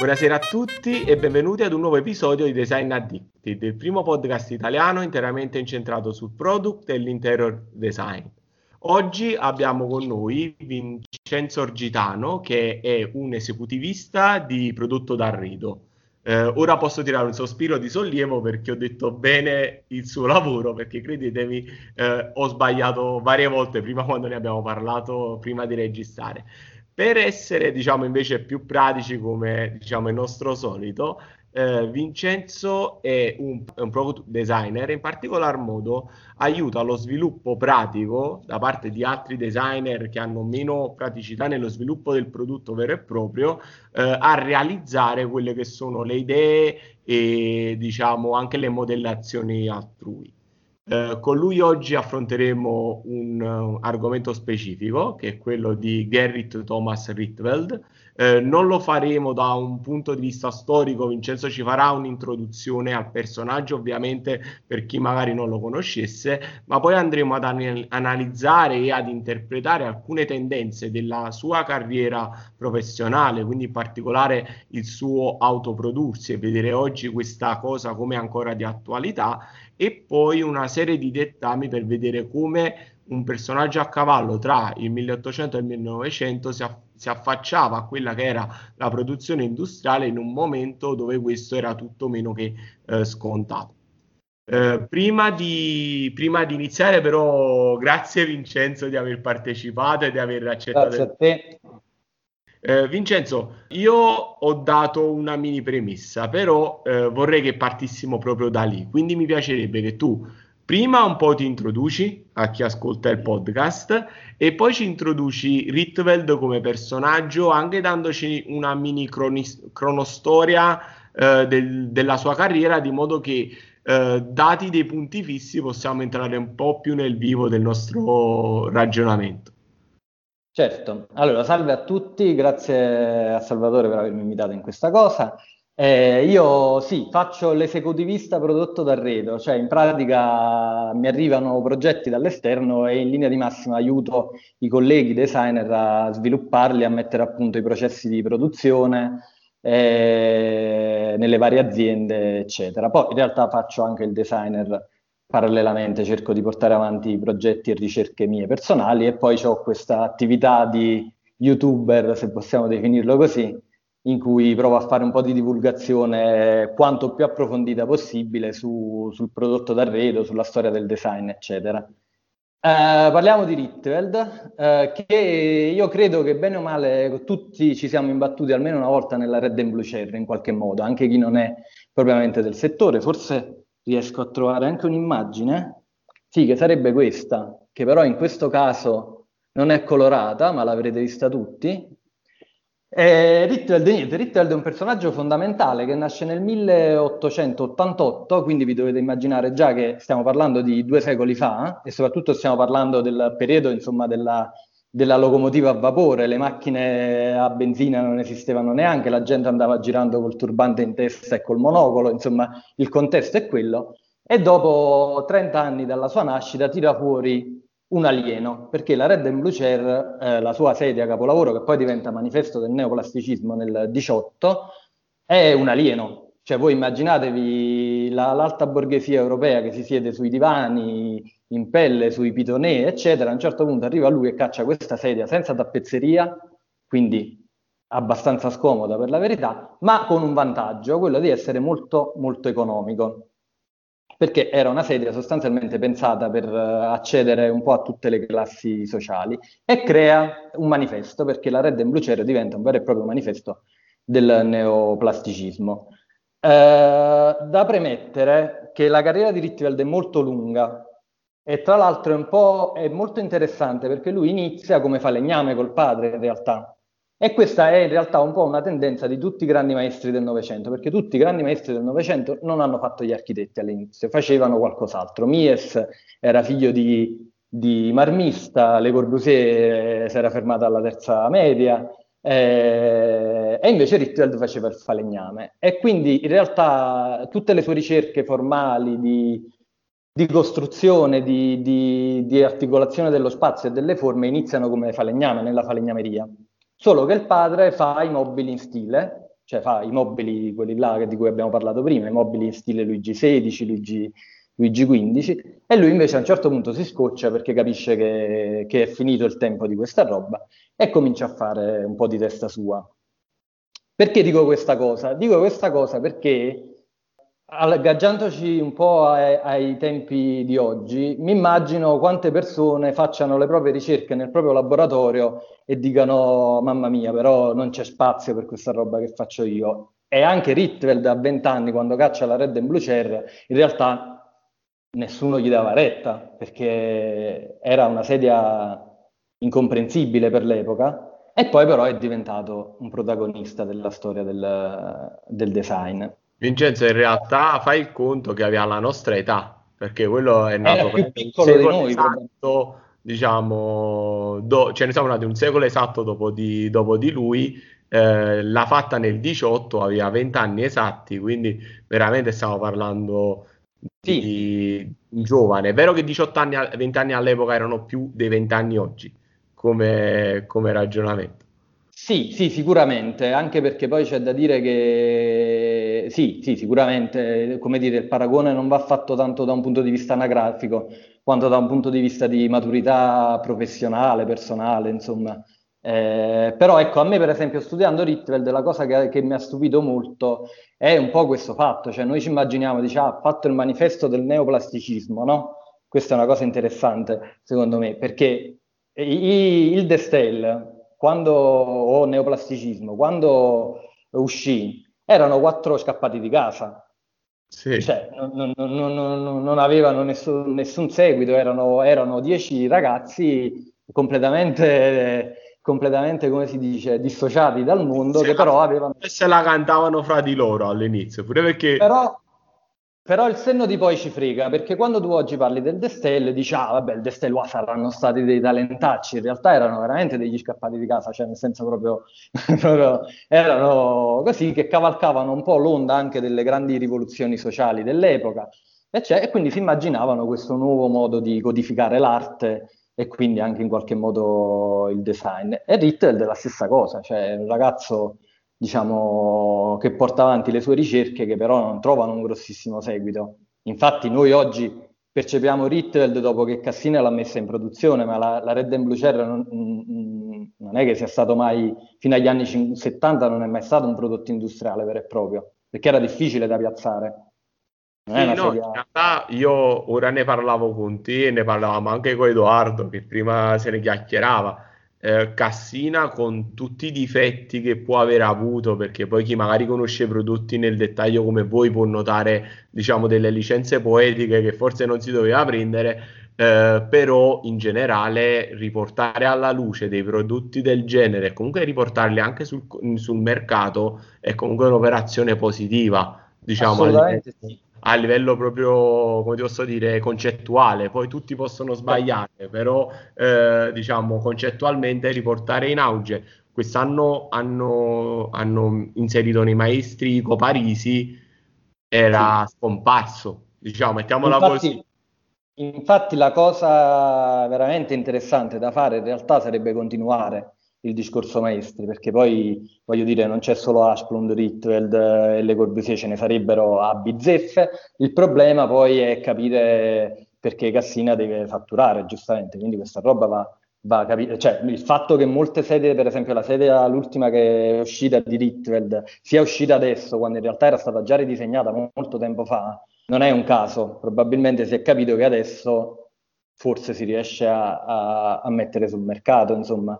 Buonasera a tutti e benvenuti ad un nuovo episodio di Design Addicted, il primo podcast italiano interamente incentrato sul product e l'interior design. Oggi abbiamo con noi Vincenzo Orgitano, che è un esecutivista di prodotto d'arredo. Ora posso tirare un sospiro di sollievo perché ho detto bene il suo lavoro, perché credetemi, ho sbagliato varie volte prima quando ne abbiamo parlato, prima di registrare. Per essere, diciamo, invece più pratici, come diciamo il nostro solito, Vincenzo è un product designer, in particolar modo aiuta lo sviluppo pratico da parte di altri designer che hanno meno praticità nello sviluppo del prodotto vero e proprio, a realizzare quelle che sono le idee e diciamo anche le modellazioni altrui. Con lui oggi affronteremo un argomento specifico, che è quello di Gerrit Thomas Rietveld. Non lo faremo da un punto di vista storico, Vincenzo ci farà un'introduzione al personaggio, ovviamente per chi magari non lo conoscesse, ma poi andremo ad analizzare e ad interpretare alcune tendenze della sua carriera professionale, quindi in particolare il suo autoprodursi e vedere oggi questa cosa come ancora di attualità, e poi una serie di dettami per vedere come un personaggio a cavallo tra il 1800 e il 1900 si affacciava a quella che era la produzione industriale in un momento dove questo era tutto meno che scontato. Prima di iniziare, però, grazie Vincenzo di aver partecipato e di aver accettato. Grazie a te. Vincenzo, io ho dato una mini premessa, però vorrei che partissimo proprio da lì. Quindi mi piacerebbe che tu prima un po' ti introduci a chi ascolta il podcast e poi ci introduci Rietveld come personaggio, anche dandoci una mini cronostoria della sua carriera, di modo che dati dei punti fissi possiamo entrare un po' più nel vivo del nostro ragionamento. Certo, allora salve a tutti, grazie a Salvatore per avermi invitato in questa cosa. Io sì, faccio l'esecutivista prodotto d'arredo, cioè in pratica mi arrivano progetti dall'esterno e in linea di massima aiuto i colleghi designer a svilupparli, a mettere a punto i processi di produzione nelle varie aziende, eccetera. Poi in realtà faccio anche il designer. Parallelamente cerco di portare avanti progetti e ricerche mie personali e poi ho questa attività di YouTuber, se possiamo definirlo così, in cui provo a fare un po' di divulgazione quanto più approfondita possibile sul prodotto d'arredo, sulla storia del design, eccetera. Parliamo di Rietveld, che io credo che bene o male tutti ci siamo imbattuti almeno una volta nella Red and Blue Cherry in qualche modo, anche chi non è propriamente del settore. Forse riesco a trovare anche un'immagine, sì, che sarebbe questa, che però in questo caso non è colorata, ma l'avrete vista tutti. Rietveld è un personaggio fondamentale che nasce nel 1888, quindi vi dovete immaginare già che stiamo parlando di 2 secoli fa, e soprattutto stiamo parlando del periodo, insomma, della locomotiva a vapore. Le macchine a benzina non esistevano neanche, la gente andava girando col turbante in testa e col monocolo, insomma il contesto è quello, e dopo 30 anni dalla sua nascita tira fuori un alieno, perché la Red and Blue Chair, la sua sedia capolavoro, che poi diventa manifesto del neoplasticismo nel 18, è un alieno. Cioè voi immaginatevi l'alta borghesia europea che si siede sui divani, in pelle, sui pitonè, eccetera. A un certo punto arriva lui e caccia questa sedia senza tappezzeria, quindi abbastanza scomoda per la verità, ma con un vantaggio, quello di essere molto, molto economico, perché era una sedia sostanzialmente pensata per accedere un po' a tutte le classi sociali, e crea un manifesto, perché la Red and Blue Chair diventa un vero e proprio manifesto del neoplasticismo. Da premettere che la carriera di Rietveld è molto lunga e tra l'altro è molto interessante, perché lui inizia come falegname col padre in realtà, e questa è in realtà un po' una tendenza di tutti i grandi maestri del Novecento, perché tutti i grandi maestri del Novecento non hanno fatto gli architetti all'inizio, facevano qualcos'altro. Mies era figlio di marmista, Le Corbusier si era fermata alla terza media, e invece Rietveld faceva il falegname. E quindi in realtà tutte le sue ricerche formali di costruzione, di articolazione dello spazio e delle forme iniziano come falegname, nella falegnameria. Solo che il padre fa i mobili in stile cioè fa i mobili, quelli là di cui abbiamo parlato prima, i mobili in stile Luigi XVI, Luigi XV, e lui invece a un certo punto si scoccia perché capisce che è finito il tempo di questa roba e comincia a fare un po' di testa sua. Perché dico questa cosa? Dico questa cosa perché, agganciandoci un po' ai tempi di oggi, mi immagino quante persone facciano le proprie ricerche nel proprio laboratorio e dicano: mamma mia, però non c'è spazio per questa roba che faccio io. E anche Rietveld a 20 anni, quando caccia la Red Blue Chair, in realtà nessuno gli dava retta, perché era una sedia incomprensibile per l'epoca, e poi però è diventato un protagonista della storia del design. Vincenzo, in realtà fai il conto che aveva la nostra età, perché quello è Era nato più praticamente un piccolo di secolo noi, probabilmente. esatto, diciamo, ce ne siamo nati un secolo esatto dopo di lui, l'ha fatta nel 18, aveva 20 anni esatti, quindi veramente stiamo parlando Sì, di un giovane. È vero che 18 anni, 20 anni all'epoca erano più dei 20 anni oggi, come ragionamento. sì, sì, sicuramente, anche perché poi c'è da dire che sì, sì, sicuramente, come dire, il paragone non va fatto tanto da un punto di vista anagrafico, quanto da un punto di vista di maturità professionale, personale, insomma. Però ecco, a me per esempio studiando Rietveld, la cosa che mi ha stupito molto è un po' questo fatto, cioè noi ci immaginiamo, dice, ha fatto il manifesto del neoplasticismo, no? Questa è una cosa interessante, secondo me, perché il Destel, o neoplasticismo, quando uscì, erano quattro scappati di casa, Sì. cioè non avevano nessun seguito, erano 10 ragazzi completamente, come si dice, dissociati dal mondo, Se che la, però avevano. se la cantavano fra di loro all'inizio, pure perché Però, però il senno di poi ci frega, perché quando tu oggi parli del Destel, dici, ah vabbè, il Destel saranno stati dei talentacci, in realtà erano veramente degli scappati di casa, cioè nel senso proprio, proprio erano così, che cavalcavano un po' l'onda anche delle grandi rivoluzioni sociali dell'epoca, e quindi si immaginavano questo nuovo modo di codificare l'arte e quindi anche in qualche modo il design. E Rittel è la stessa cosa, cioè un ragazzo diciamo, che porta avanti le sue ricerche che però non trovano un grossissimo seguito. Infatti noi oggi percepiamo Rietveld dopo che Cassina l'ha messa in produzione, ma la Red and Blue Cherry non è che sia stato mai, fino agli anni 70 non è mai stato un prodotto industriale vero e proprio, perché era difficile da piazzare. Non è sì, una no, in sedia. realtà io ora ne parlavo con te e ne parlavamo anche con Edoardo, che prima se ne chiacchierava. Cassina con tutti i difetti che può aver avuto, perché poi chi magari conosce i prodotti nel dettaglio come voi può notare, diciamo, delle licenze poetiche che forse non si doveva prendere, però in generale riportare alla luce dei prodotti del genere e comunque riportarli anche sul mercato è comunque un'operazione positiva, diciamo, Assolutamente sì. a livello proprio, come ti posso dire, concettuale. Poi tutti possono Cioè, sbagliare, però diciamo concettualmente riportare in auge. Quest'anno hanno inserito nei maestri Coparisi, sì. era scomparso, diciamo, mettiamola così. Infatti, infatti la cosa veramente interessante da fare in realtà sarebbe continuare il discorso maestri, perché poi voglio dire non c'è solo Asplund, Rietveld e Le Corbusier, ce ne sarebbero a bizzeffe. Il problema poi è capire perché Cassina deve fatturare, giustamente, quindi questa roba va capita. Cioè, il fatto che molte sedie, per esempio la sedia, l'ultima che è uscita di Rietveld, sia uscita adesso, quando in realtà era stata già ridisegnata molto tempo fa, non è un caso. Probabilmente si è capito che adesso forse si riesce a mettere sul mercato, insomma.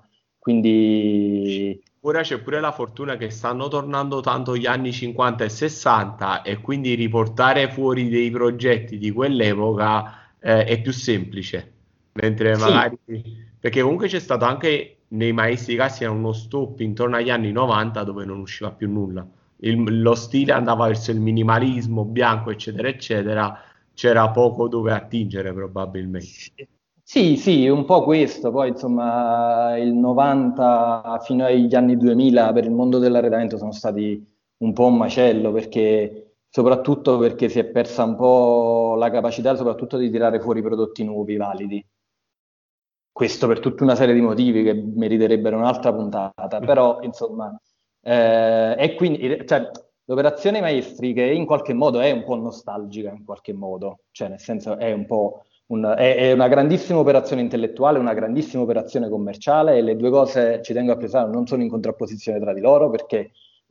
Quindi Ora c'è pure la fortuna che stanno tornando tanto gli anni 50 e 60 e quindi riportare fuori dei progetti di quell'epoca è più semplice. Mentre sì, magari, perché comunque c'è stato anche nei maestri cassi uno stop intorno agli anni 90 dove non usciva più nulla. Lo stile andava verso il minimalismo bianco, eccetera, eccetera. C'era poco dove attingere probabilmente. sì, sì, un po' questo. Poi insomma il 90 fino agli anni 2000 per il mondo dell'arredamento sono stati un po' un macello, perché soprattutto perché si è persa un po' la capacità soprattutto di tirare fuori prodotti nuovi, validi. Questo per tutta una serie di motivi che meriterebbero un'altra puntata, però insomma E quindi cioè, l'operazione Maestri, che in qualche modo è un po' nostalgica, in qualche modo, cioè nel senso è un po' è una grandissima operazione intellettuale, una grandissima operazione commerciale, e le due cose, ci tengo a precisare, non sono in contrapposizione tra di loro, perché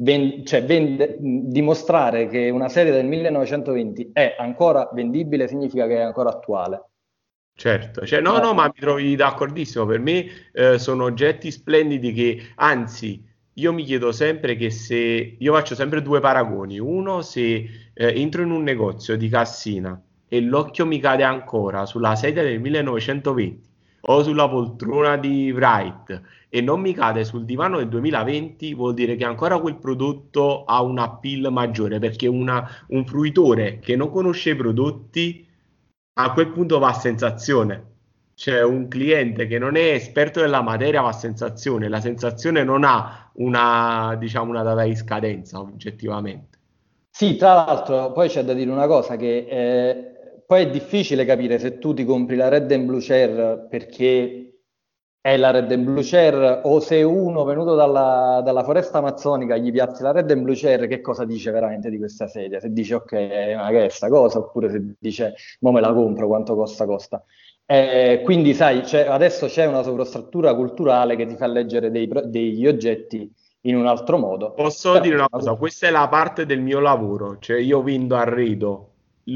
dimostrare che una serie del 1920 è ancora vendibile significa che è ancora attuale. Certo, cioè, no, no, ma mi trovi d'accordissimo. Per me sono oggetti splendidi che, anzi, io mi chiedo sempre che se io faccio sempre due paragoni. Uno, se entro in un negozio di Cassina e l'occhio mi cade ancora sulla sedia del 1920 o sulla poltrona di Wright e non mi cade sul divano del 2020, vuol dire che ancora quel prodotto ha un appeal maggiore, perché un fruitore che non conosce i prodotti a quel punto va a sensazione. C'è un cliente che non è esperto della materia, va a sensazione. La sensazione non ha diciamo, una data di scadenza, oggettivamente. Sì, tra l'altro poi c'è da dire una cosa, che poi è difficile capire se tu ti compri la Red and Blue Chair perché è la Red and Blue Chair, o se uno venuto dalla foresta amazzonica gli piazzi la Red and Blue Chair, che cosa dice veramente di questa sedia? Se dice ok, ma che è sta cosa, oppure se dice mo me la compro, quanto costa, costa. Quindi sai, adesso c'è una sovrastruttura culturale che ti fa leggere degli oggetti in un altro modo. Posso Però, dire una cosa, questa è la parte del mio lavoro, cioè io vendo arredo,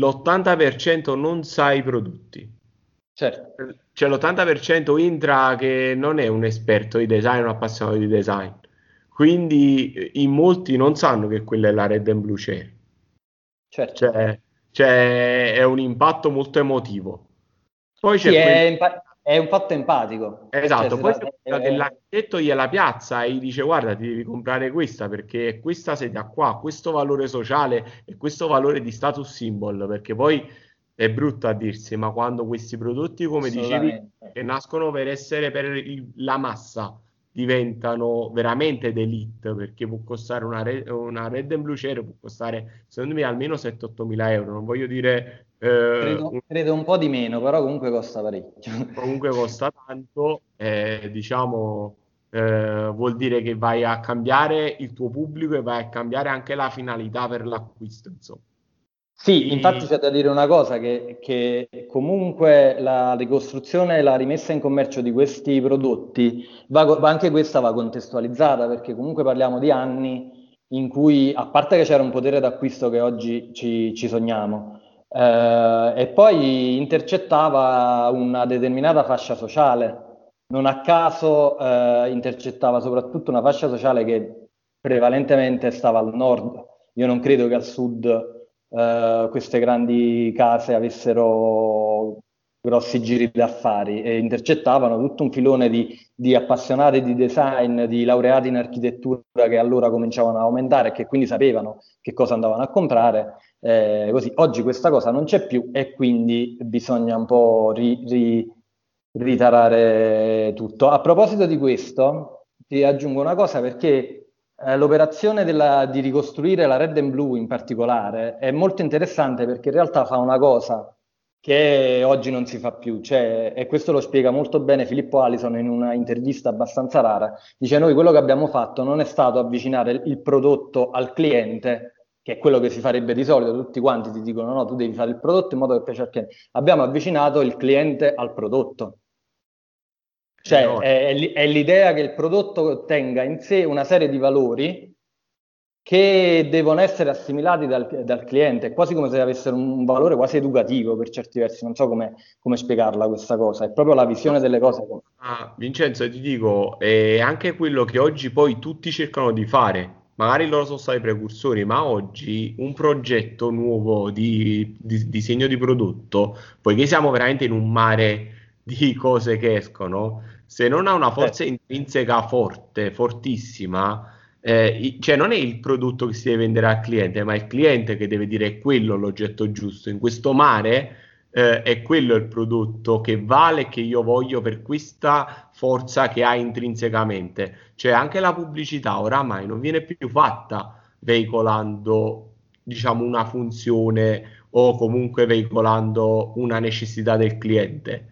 l'80% non sa i prodotti. certo. Cioè l'80% entra che non è un esperto di design, un appassionato di design. Quindi in molti non sanno che quella è la Red and Blue Chair. Certo. Cioè, è un impatto molto emotivo. Poi Sì, c'è quello. è un fatto empatico. Cioè, Esatto, poi c'è quello che l'architetto gliela piazza e gli dice guarda, ti devi comprare questa perché questa sedia qua ha questo valore sociale e questo valore di status symbol, perché poi è brutto a dirsi, ma quando questi prodotti, come dicevi, assolutamente. che nascono per essere per la massa, diventano veramente d'elite, perché può costare una Red and Blue Chair, può costare secondo me almeno 7-8 mila euro, non voglio dire Credo un po' di meno, però comunque costa parecchio. comunque costa tanto, diciamo, vuol dire che vai a cambiare il tuo pubblico e vai a cambiare anche la finalità per l'acquisto, insomma. Sì, infatti E- c'è da dire una cosa, che comunque la ricostruzione e la rimessa in commercio di questi prodotti, anche questa va contestualizzata, perché comunque parliamo di anni in cui, a parte che c'era un potere d'acquisto che oggi ci sogniamo, e poi intercettava una determinata fascia sociale. Non a caso intercettava soprattutto una fascia sociale che prevalentemente stava al nord. Io non credo che al sud queste grandi case avessero grossi giri d'affari, e intercettavano tutto un filone di appassionati di design, di laureati in architettura, che allora cominciavano a aumentare e che quindi sapevano che cosa andavano a comprare. Così. Oggi questa cosa non c'è più, e quindi bisogna un po' ritarare tutto. A proposito di questo, ti aggiungo una cosa, perché l'operazione di ricostruire la Red and Blue in particolare è molto interessante, perché in realtà fa una cosa che oggi non si fa più, cioè, e questo lo spiega molto bene Filippo Alison in una intervista abbastanza rara. Dice: noi quello che abbiamo fatto non è stato avvicinare il prodotto al cliente, che è quello che si farebbe di solito, tutti quanti ti dicono no, tu devi fare il prodotto in modo che piace al cliente. Abbiamo avvicinato il cliente al prodotto. Cioè, no, è l'idea che il prodotto tenga in sé una serie di valori che devono essere assimilati dal cliente, quasi come se avessero un valore quasi educativo per certi versi. Non so come spiegarla questa cosa, è proprio la no, visione delle cose. Vincenzo, ti dico, è anche quello che oggi poi tutti cercano di fare. Magari loro sono stati precursori, ma oggi un progetto nuovo di disegno di prodotto, poiché siamo veramente in un mare di cose che escono, se non ha una forza intrinseca forte, fortissima, cioè non è il prodotto che si deve vendere al cliente, ma è il cliente che deve dire è quello l'oggetto giusto. In questo mare è quello il prodotto che vale e che io voglio per questa forza che ha intrinsecamente. Cioè anche la pubblicità oramai non viene più fatta veicolando, diciamo, una funzione o comunque veicolando una necessità del cliente.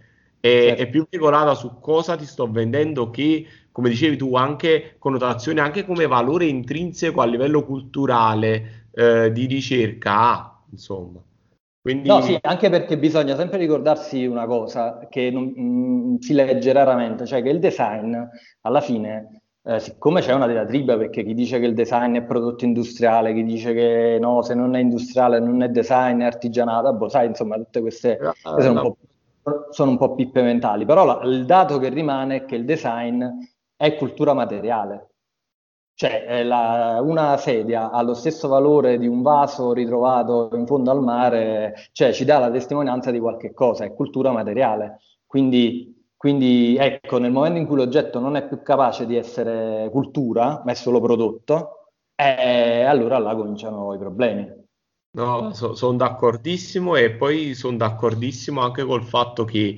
è certo. più regolata su cosa ti sto vendendo che, come dicevi tu, anche connotazioni, anche come valore intrinseco a livello culturale, di ricerca, insomma. No, sì, Quindi, anche perché bisogna sempre ricordarsi una cosa che si legge raramente, cioè che il design, alla fine, siccome c'è una diatriba, perché chi dice che il design è prodotto industriale, chi dice che no, se non è industriale non è design, è artigianato, boh, sai, insomma, tutte queste che la- sono un po' pippe mentali, però il dato che rimane è che il design è cultura materiale. Cioè, una sedia ha lo stesso valore di un vaso ritrovato in fondo al mare, cioè ci dà la testimonianza di qualche cosa, è cultura materiale. Quindi, ecco, nel momento in cui l'oggetto non è più capace di essere cultura, ma è solo prodotto, allora là cominciano i problemi. no, sono d'accordissimo e poi sono d'accordissimo anche col fatto che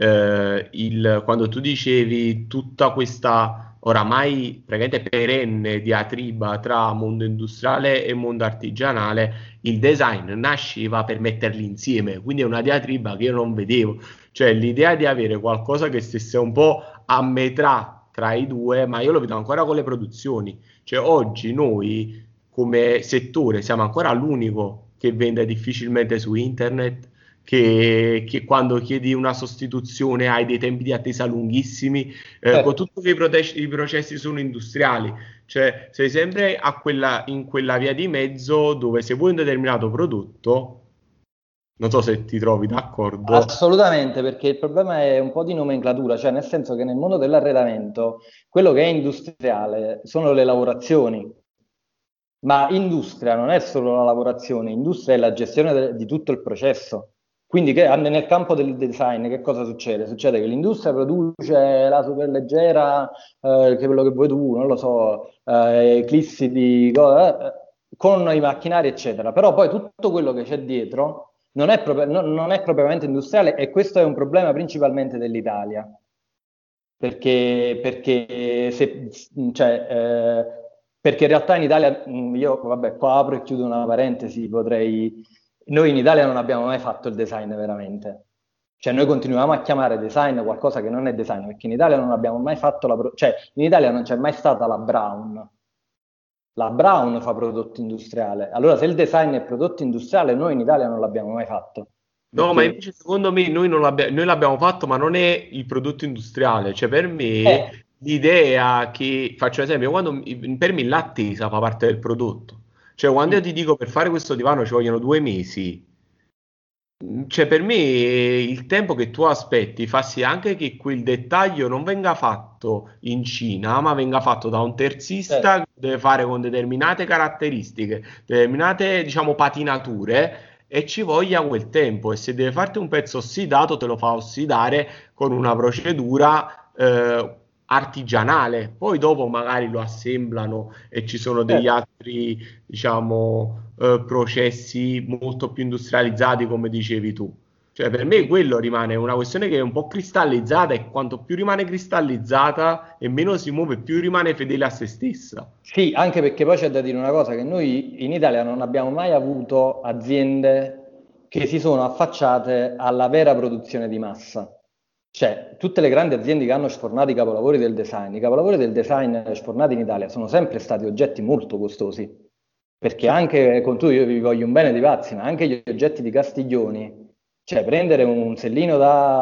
quando tu dicevi tutta questa oramai praticamente perenne diatriba tra mondo industriale e mondo artigianale, il design nasceva per metterli insieme, quindi è una diatriba che io non vedevo, cioè l'idea di avere qualcosa che stesse un po' a metà tra i due, ma io lo vedo ancora con le produzioni, cioè oggi noi come settore siamo ancora l'unico che vende difficilmente su internet, che quando chiedi una sostituzione hai dei tempi di attesa lunghissimi, con Certo. tutto che i processi sono industriali, cioè sei sempre in quella via di mezzo dove se vuoi un determinato prodotto, non so se ti trovi d'accordo. Assolutamente, perché il problema è un po' di nomenclatura, cioè nel senso che nel mondo dell'arredamento quello che è industriale sono le lavorazioni, ma industria non è solo la lavorazione, industria è la gestione di tutto il processo. Quindi nel campo del design che cosa succede? Succede che l'industria produce la superleggera, che quello che vuoi tu, non lo so, eclissi con i macchinari, eccetera. Però poi tutto quello che c'è dietro non è propriamente industriale e questo è un problema principalmente dell'Italia. Perché, cioè, perché in realtà in Italia, io vabbè, qua apro e chiudo una parentesi, noi in Italia non abbiamo mai fatto il design veramente. Cioè noi continuiamo a chiamare design qualcosa che non è design, perché in Italia non abbiamo mai fatto cioè in Italia non c'è mai stata la Brown. La Brown fa prodotto industriale. Allora se il design è prodotto industriale, noi in Italia non l'abbiamo mai fatto. No, ma Perché invece secondo me noi l'abbiamo fatto, ma non è il prodotto industriale. Cioè, per eh, me l'idea che, faccio un esempio, per me l'attesa fa parte del prodotto. Cioè, quando io ti dico per fare questo divano ci vogliono 2 mesi, cioè per me il tempo che tu aspetti fa sì anche che quel dettaglio non venga fatto in Cina, ma venga fatto da un terzista che deve fare con determinate caratteristiche, determinate, diciamo, patinature e ci voglia quel tempo. E se deve farti un pezzo ossidato, te lo fa ossidare con una procedura artigianale. Poi dopo magari lo assemblano e ci sono degli certo. altri, diciamo, processi molto più industrializzati, come dicevi tu. Cioè, per me quello rimane una questione che è un po' cristallizzata e quanto più rimane cristallizzata e meno si muove, più rimane fedele a se stessa. Sì, anche perché poi c'è da dire una cosa, che noi in Italia non abbiamo mai avuto aziende che si sono affacciate alla vera produzione di massa. Cioè, tutte le grandi aziende che hanno sfornato i capolavori del design sfornati in Italia sono sempre stati oggetti molto costosi, perché Sì. anche con tu io vi voglio un bene di pazzi, ma anche gli oggetti di Castiglioni, cioè prendere un sellino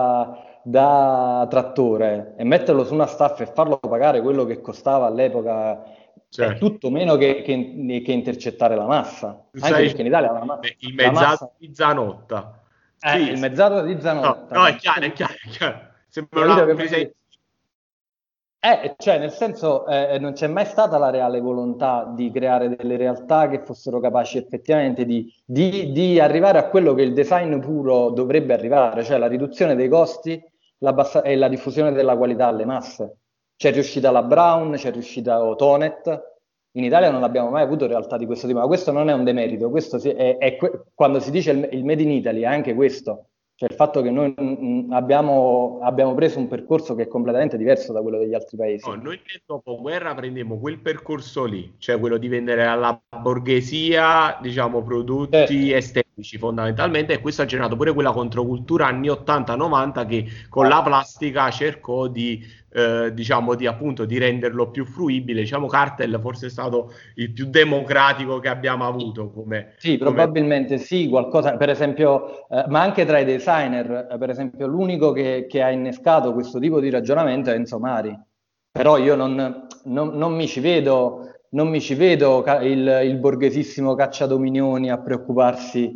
da trattore e metterlo su una staffa e farlo pagare quello che costava all'epoca è Cioè, tutto meno che intercettare la massa, tu anche stai perché in dicendo Italia il la mezzato massa di Zanotta. Sì, il sì. mezzato di No, Zanotta, no, è chiaro, è quindi, chiaro, è chiaro. Sembra capito una che presa voglio in... dire? Cioè, nel senso, non c'è mai stata la reale volontà di creare delle realtà che fossero capaci effettivamente di arrivare a quello che il design puro dovrebbe arrivare, cioè la riduzione dei costi e la diffusione della qualità alle masse. C'è riuscita la Brown, c'è riuscita Otonet. In Italia non abbiamo mai avuto realtà di questo tipo, ma questo non è un demerito, quando si dice il Made in Italy è anche questo. Cioè il fatto che noi abbiamo preso un percorso che è completamente diverso da quello degli altri paesi. No, noi nel dopoguerra prendemmo quel percorso lì, cioè quello di vendere alla borghesia, diciamo, prodotti Certo. estetici fondamentalmente, e questo ha generato pure quella controcultura anni 80-90 che con la plastica cercò di, diciamo, di appunto di renderlo più fruibile. Diciamo, Cartel forse è stato il più democratico che abbiamo avuto Sì, come... probabilmente sì, qualcosa, per esempio, ma anche tra i designer, per esempio, l'unico che ha innescato questo tipo di ragionamento è Enzo Mari. Però io non mi ci vedo, non mi ci vedo il borghesissimo cacciadominioni a preoccuparsi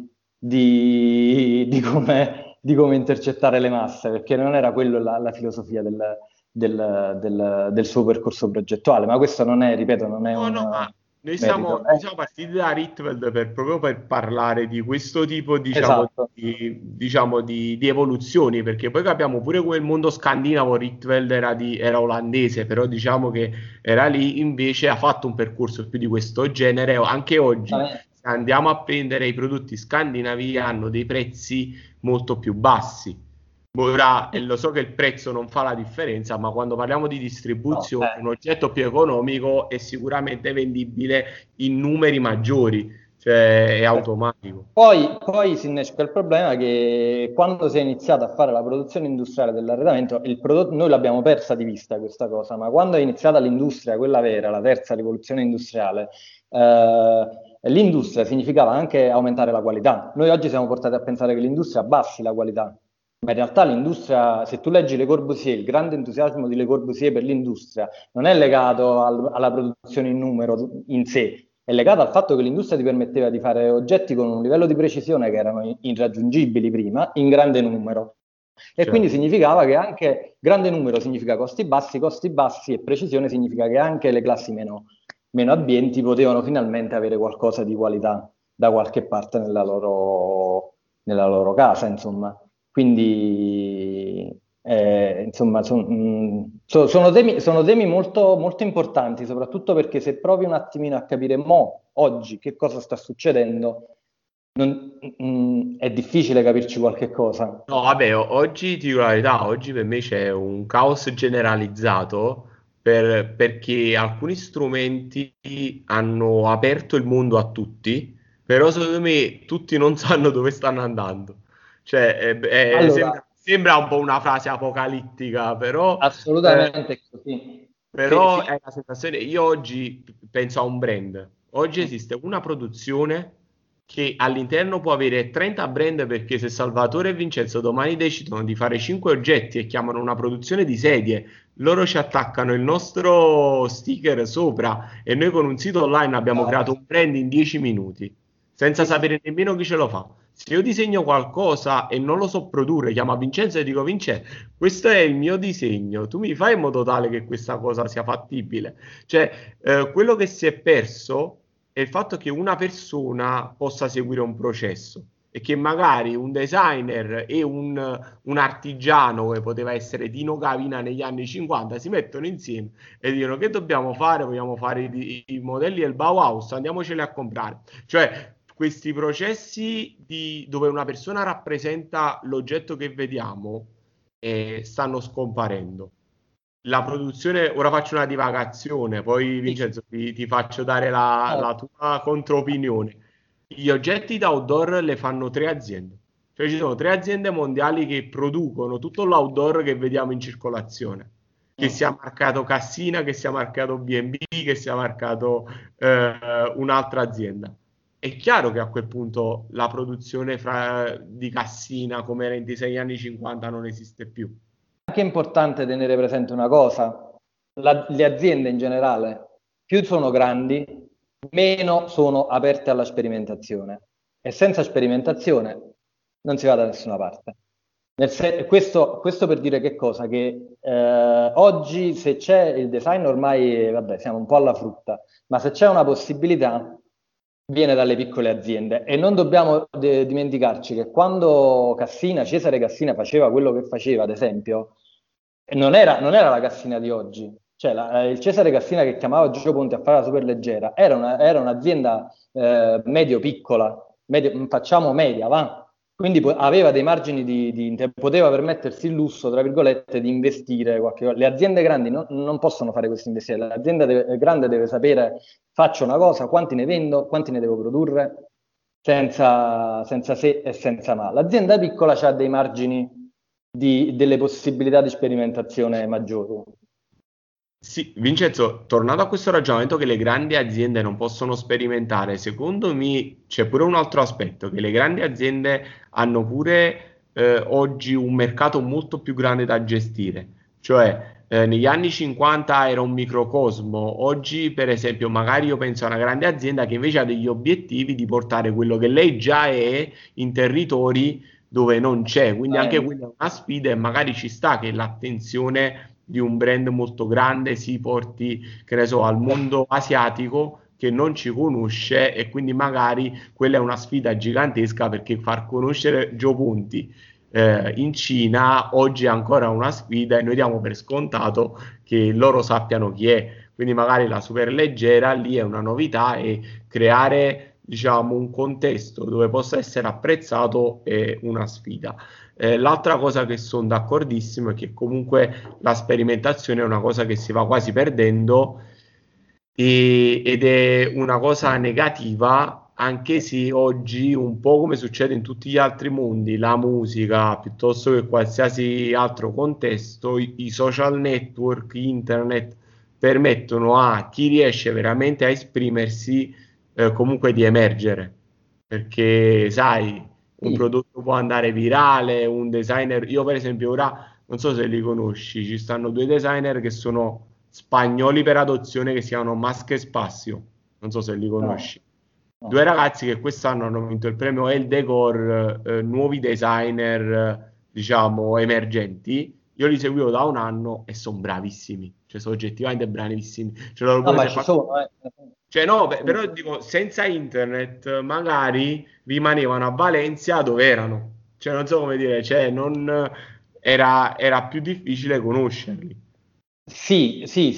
di come intercettare le masse, perché non era quello la filosofia del suo percorso progettuale. Ma questo non è, ripeto, non è No, no, un ma noi merito. siamo partiti da Rietveld proprio per parlare di questo tipo, Esatto. di evoluzioni, perché poi capiamo pure quel mondo scandinavo, Rietveld era olandese, però diciamo che era lì, invece ha fatto un percorso più di questo genere. Anche oggi, se andiamo a prendere i prodotti scandinavi, hanno dei prezzi molto più bassi. Ora, e lo so che il prezzo non fa la differenza, ma quando parliamo di No, distribuzione, un oggetto più economico è sicuramente vendibile in numeri maggiori, cioè è automatico. poi si innesca il problema che quando si è iniziato a fare la produzione industriale dell'arredamento, il prodotto, noi l'abbiamo persa di vista questa cosa, ma quando è iniziata l'industria, quella vera, la terza rivoluzione industriale, l'industria significava anche aumentare la qualità. Noi oggi siamo portati a pensare che l'industria abbassi la qualità, ma in realtà l'industria, se tu leggi Le Corbusier, il grande entusiasmo di Le Corbusier per l'industria non è legato alla produzione in numero in sé, è legato al fatto che l'industria ti permetteva di fare oggetti con un livello di precisione che erano irraggiungibili prima, in grande numero. E Cioè, quindi significava che anche grande numero significa costi bassi e precisione significa che anche le classi meno abbienti potevano finalmente avere qualcosa di qualità da qualche parte nella loro casa, insomma. Quindi, insomma, sono temi molto, molto importanti, soprattutto perché se provi un attimino a capire oggi, che cosa sta succedendo, è difficile capirci qualche cosa. no, vabbè, oggi ti dico la verità, oggi per me c'è un caos generalizzato perché alcuni strumenti hanno aperto il mondo a tutti, però secondo me tutti non sanno dove stanno andando. Cioè, Allora, sembra un po' una frase apocalittica, assolutamente è così. però è la sensazione. Io oggi penso a un brand. Oggi esiste una produzione che all'interno può avere 30 brand, perché se Salvatore e Vincenzo domani decidono di fare 5 oggetti e chiamano una produzione di sedie, loro ci attaccano il nostro sticker sopra e noi con un sito online abbiamo creato un brand in 10 minuti, senza Sì, sì. sapere nemmeno chi ce lo fa. Se io disegno qualcosa e non lo so produrre, chiamo a Vincenzo e dico: Vincenzo, questo è il mio disegno, tu mi fai in modo tale che questa cosa sia fattibile. Cioè, quello che si è perso è il fatto che una persona possa seguire un processo e che magari un designer e un artigiano, che poteva essere Tino Gavina negli anni 50, si mettono insieme e dicono: che dobbiamo fare? Vogliamo fare i modelli del Bauhaus, andiamoceli a comprare. Cioè, questi processi dove una persona rappresenta l'oggetto che vediamo stanno scomparendo. La produzione, ora faccio una divagazione, poi Sì, Vincenzo ti faccio dare la, no, la tua controopinione. Gli oggetti da outdoor le fanno tre aziende, cioè ci sono tre aziende mondiali che producono tutto l'outdoor che vediamo in circolazione, che no. sia marcato Cassina, che sia marcato B&B, che sia marcato un'altra azienda. È chiaro che a quel punto la produzione di Cassina, come era in disegni anni 50, non esiste più. Anche importante tenere presente una cosa, le aziende in generale, più sono grandi, meno sono aperte alla sperimentazione e senza sperimentazione non si va da nessuna parte. Questo per dire che cosa? Che oggi se c'è il design ormai, vabbè, siamo un po' alla frutta, ma se c'è una possibilità viene dalle piccole aziende e non dobbiamo dimenticarci che quando Cesare Cassina faceva quello che faceva, ad esempio, non era la Cassina di oggi. Cioè, il Cesare Cassina che chiamava Gio Ponti a fare la superleggera era un'azienda medio-piccola, facciamo media, va? Quindi aveva dei margini poteva permettersi il lusso, tra virgolette, di investire qualche cosa. Le aziende grandi non possono fare questo investimento. L'azienda grande deve sapere, faccio una cosa, quanti ne vendo, quanti ne devo produrre, senza se e senza ma. L'azienda piccola ha dei margini delle possibilità di sperimentazione maggiori. Sì, Vincenzo, tornando a questo ragionamento che le grandi aziende non possono sperimentare, secondo me c'è pure un altro aspetto, che le grandi aziende hanno pure oggi un mercato molto più grande da gestire, cioè negli anni 50 era un microcosmo, oggi per esempio magari io penso a una grande azienda che invece ha degli obiettivi di portare quello che lei già è in territori dove non c'è, quindi anche quella è una sfida e magari ci sta che l'attenzione di un brand molto grande si porti, che ne so, al mondo asiatico che non ci conosce e quindi magari quella è una sfida gigantesca perché far conoscere Joe Ponti in Cina oggi è ancora una sfida e noi diamo per scontato che loro sappiano chi è. Quindi magari la superleggera lì è una novità e creare diciamo un contesto dove possa essere apprezzato è una sfida. L'altra cosa che sono d'accordissimo è che comunque la sperimentazione è una cosa che si va quasi perdendo ed è una cosa negativa, anche se oggi, un po' come succede in tutti gli altri mondi, la musica piuttosto che qualsiasi altro contesto, i social network, internet permettono a chi riesce veramente a esprimersi comunque di emergere, perché sai un Sì. prodotto può andare virale, un designer, io per esempio ora non so se li conosci, ci stanno due designer che sono spagnoli per adozione che si chiamano Masca e Spazio, non so se li No, conosci. Due no. ragazzi che quest'anno hanno vinto il premio El Decor, nuovi designer, diciamo, emergenti. Io li seguivo da un anno e sono bravissimi, cioè sono oggettivamente bravissimi. Cioè, loro No, pure ma se ci fanno sono, cioè, no, però dico, senza internet magari rimanevano a Valencia dove erano. Cioè, non so come dire, cioè, non era più difficile conoscerli. Sì, sì,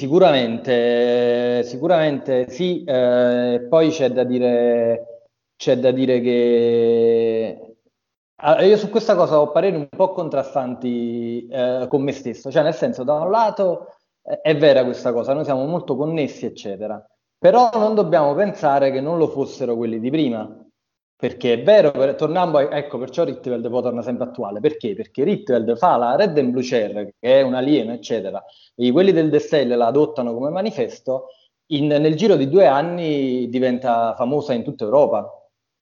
sicuramente sì. Poi c'è da dire che io su questa cosa ho pareri un po' contrastanti con me stesso, cioè nel senso, da un lato è vera questa cosa, noi siamo molto connessi, eccetera, però non dobbiamo pensare che non lo fossero quelli di prima. Perché è vero, torniamo ecco, perciò Rietveld poi torna sempre attuale. Perché? Perché Rietveld fa la Red and Blue Chair, che è un alieno, eccetera, e quelli del The Style la adottano come manifesto, nel giro di 2 anni diventa famosa in tutta Europa.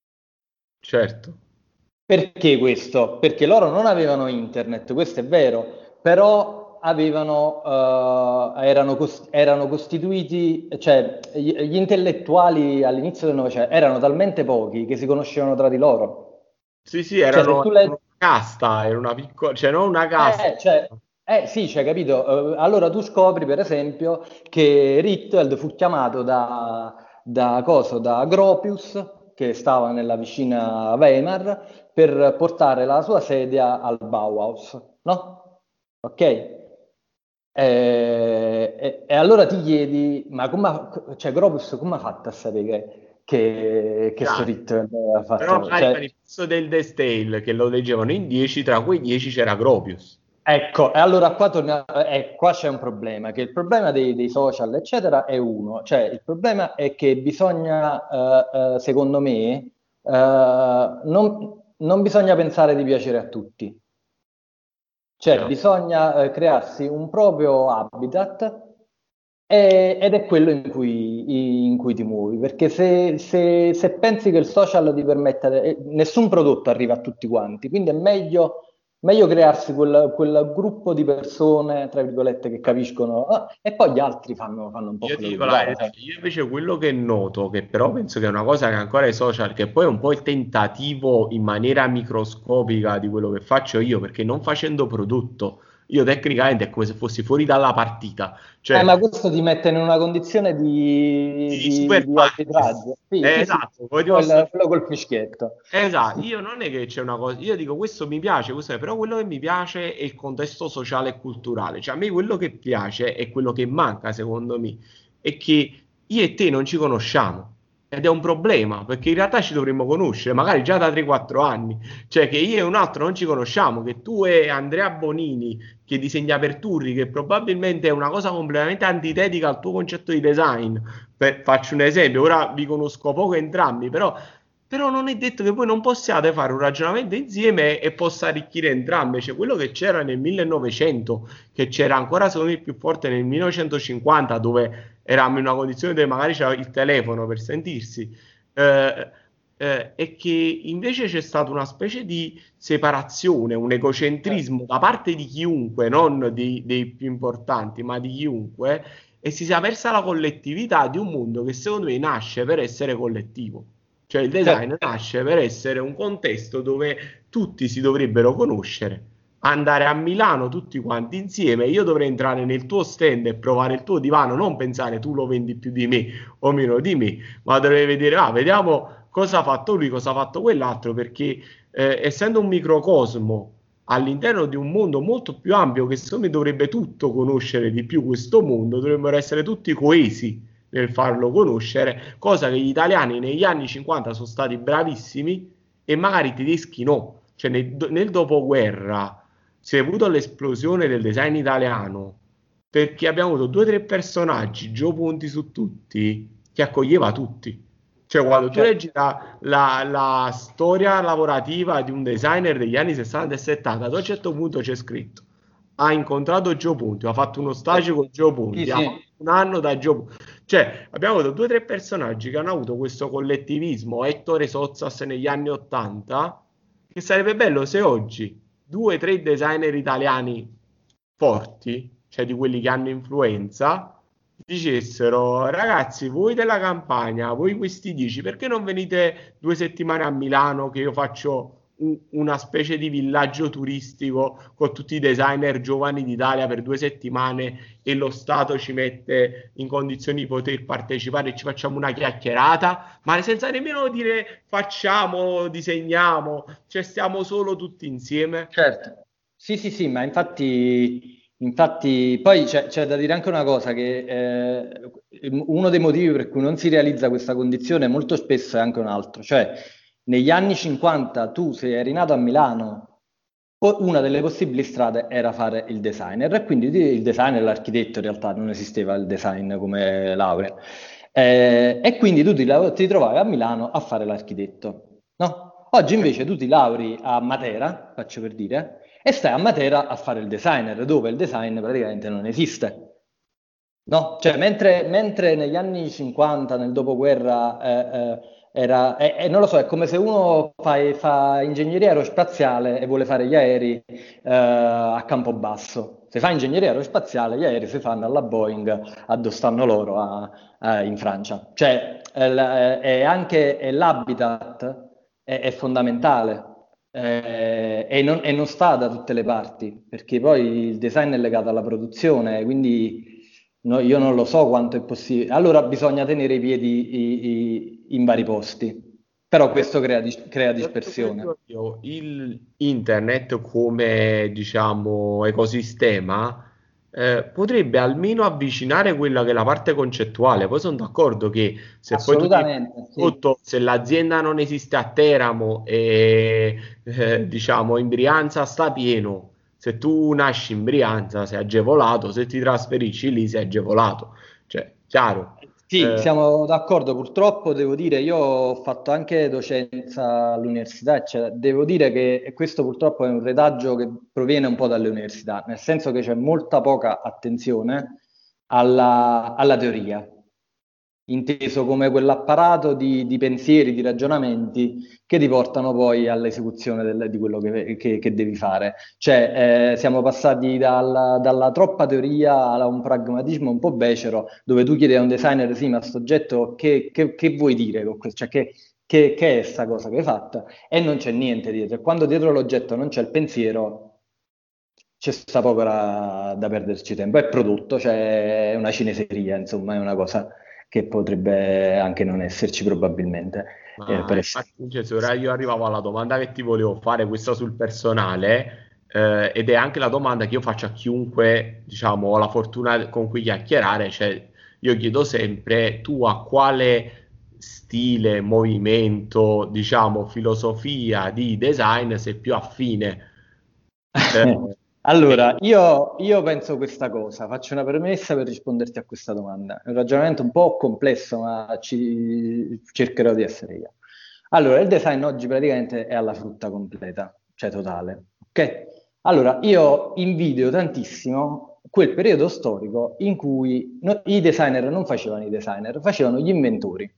Certo. Perché questo? Perché loro non avevano internet, questo è vero, però erano costituiti, cioè gli intellettuali all'inizio del Novecento erano talmente pochi che si conoscevano tra di loro. Sì, sì, Cioè, se tu leggi. una casta, era una piccola, cioè non una casta. Sì, cioè, capito? Allora tu scopri, per esempio, che Rietveld fu chiamato da Gropius, che stava nella vicina Weimar, per portare la sua sedia al Bauhaus, no? Ok? E allora ti chiedi, ma cioè, Gropius come ha fatto a sapere che sto Chiaro. Rietveld ha Però fatto? magari il Cioè, manifesto del The Stale che lo leggevano in 10, tra quei 10 c'era Gropius. ecco, e allora qua c'è un problema, che il problema dei social, eccetera, è uno, cioè il problema è che bisogna, secondo me, non bisogna pensare di piacere a tutti, cioè Chiaro. bisogna crearsi un proprio habitat ed è quello in cui ti muovi, perché se pensi che il social ti permetta, nessun prodotto arriva a tutti quanti, quindi è meglio crearsi quel gruppo di persone, tra virgolette, che capiscono, e poi gli altri fanno un po' Io ti quello che dico gli la pare. verità, io invece quello che noto, che però penso che è una cosa che ancora i social, che poi è un po' il tentativo in maniera microscopica di quello che faccio io, perché non facendo prodotto, io tecnicamente è come se fossi fuori dalla partita, Ma cioè questo ti mette in una condizione di, di di, super di partes. arbitraggio. Sì, sì, sì, Esatto, come ti posso quello col fischietto. esatto, io non è che c'è una cosa, io dico questo mi piace, però quello che mi piace è il contesto sociale e culturale, cioè a me quello che piace è quello che manca secondo me, è che io e te non ci conosciamo, Ed è un problema, perché in realtà ci dovremmo conoscere, magari già da 3-4 anni. Cioè che io e un altro non ci conosciamo, che tu e Andrea Bonini, che disegna per Turri, che probabilmente è una cosa completamente antitetica al tuo concetto di design. Faccio un esempio, ora vi conosco poco entrambi, però non è detto che voi non possiate fare un ragionamento insieme e possa arricchire entrambe. Cioè quello che c'era nel 1900, che c'era ancora secondo me più forte nel 1950, dove eravamo in una condizione dove magari c'era il telefono per sentirsi, eh, è che invece c'è stata una specie di separazione, un egocentrismo da parte di chiunque, non dei più importanti, ma di chiunque, e si sia persa la collettività di un mondo che secondo me nasce per essere collettivo. Cioè il design Certo. nasce per essere un contesto dove tutti si dovrebbero conoscere, andare a Milano tutti quanti insieme. Io dovrei entrare nel tuo stand e provare il tuo divano, non pensare tu lo vendi più di me o meno di me, ma dovrei vedere, vediamo cosa ha fatto lui, cosa ha fatto quell'altro, perché essendo un microcosmo all'interno di un mondo molto più ampio che secondo me dovrebbe tutto conoscere di più questo mondo, dovremmo essere tutti coesi nel farlo conoscere, cosa che gli italiani negli anni 50 sono stati bravissimi e magari i tedeschi no. Cioè nel dopoguerra si è avuto l'esplosione del design italiano perché abbiamo avuto 2 o 3 personaggi, Gio Ponti su tutti, che accoglieva tutti. Cioè, quando tu Certo. leggi la storia lavorativa di un designer degli anni 60 e 70, ad un certo punto c'è scritto: ha incontrato Gio Ponti, ha fatto uno stage con Gio Sì, Ponti, ha fatto sì. un anno da Gio Ponti. Cioè, abbiamo avuto 2 o 3 personaggi che hanno avuto questo collettivismo, Ettore Sozzas negli anni 80, che sarebbe bello se oggi 2 o 3 designer italiani forti, cioè di quelli che hanno influenza, dicessero: ragazzi, voi della campagna, voi questi 10, perché non venite 2 settimane a Milano che io faccio una specie di villaggio turistico con tutti i designer giovani d'Italia per 2 settimane e lo Stato ci mette in condizioni di poter partecipare e ci facciamo una chiacchierata, ma senza nemmeno dire facciamo, disegniamo, cioè stiamo solo tutti insieme. Certo. Sì, sì, sì, ma infatti poi c'è da dire anche una cosa, che uno dei motivi per cui non si realizza questa condizione molto spesso è anche un altro, cioè negli anni 50 tu, se eri nato a Milano, una delle possibili strade era fare il designer, e quindi il designer, l'architetto, in realtà non esisteva il design come laurea. E quindi tu ti trovavi a Milano a fare l'architetto, no? Oggi invece tu ti lauri a Matera, faccio per dire, e stai a Matera a fare il designer, dove il design praticamente non esiste. No, cioè mentre negli anni 50, nel dopoguerra, era, non lo so, è come se uno fa ingegneria aerospaziale e vuole fare gli aerei a Campobasso. Se fa ingegneria aerospaziale, gli aerei si fanno alla Boeing a dove stanno loro in Francia. Cioè, è l'habitat è fondamentale. E non sta da tutte le parti, perché poi il design è legato alla produzione, quindi io non lo so quanto è possibile. Allora bisogna tenere i piedi in vari posti, però questo crea Detto dispersione. questo, il internet come diciamo ecosistema potrebbe almeno avvicinare quella che è la parte concettuale. Poi sono d'accordo che se poi tu ti Assolutamente, sì. sotto, se l'azienda non esiste a Teramo e diciamo in Brianza sta pieno, se tu nasci in Brianza sei agevolato, se ti trasferisci lì sei agevolato. Cioè, chiaro. Sì, siamo d'accordo. Purtroppo devo dire, io ho fatto anche docenza all'università, eccetera. Devo dire che questo purtroppo è un retaggio che proviene un po' dalle università, nel senso che c'è molta poca attenzione alla teoria, inteso come quell'apparato di pensieri, di ragionamenti che ti portano poi all'esecuzione di quello che devi fare. Cioè, siamo passati dalla troppa teoria a un pragmatismo un po' becero, dove tu chiedi a un designer: sì, ma sto oggetto che vuoi dire con questo? Cioè, che è sta cosa che hai fatto? E non c'è niente dietro. E quando dietro l'oggetto non c'è il pensiero, c'è sta poco da perderci tempo. È prodotto, cioè è una cineseria, insomma, è una cosa che potrebbe anche non esserci probabilmente. Ma Per essere. infatti, Vincenzo, ora io arrivavo alla domanda che ti volevo fare, questa sul personale, ed è anche la domanda che io faccio a chiunque, diciamo, ho la fortuna con cui chiacchierare, cioè io chiedo sempre, tu a quale stile, movimento, diciamo, filosofia di design sei più affine. Allora, io penso questa cosa, faccio una premessa per risponderti a questa domanda. È un ragionamento un po' complesso, ma cercherò di essere io. Allora, il design oggi praticamente è alla frutta completa, cioè totale, ok? Allora, io invidio tantissimo quel periodo storico in cui i designer non facevano i designer, facevano gli inventori.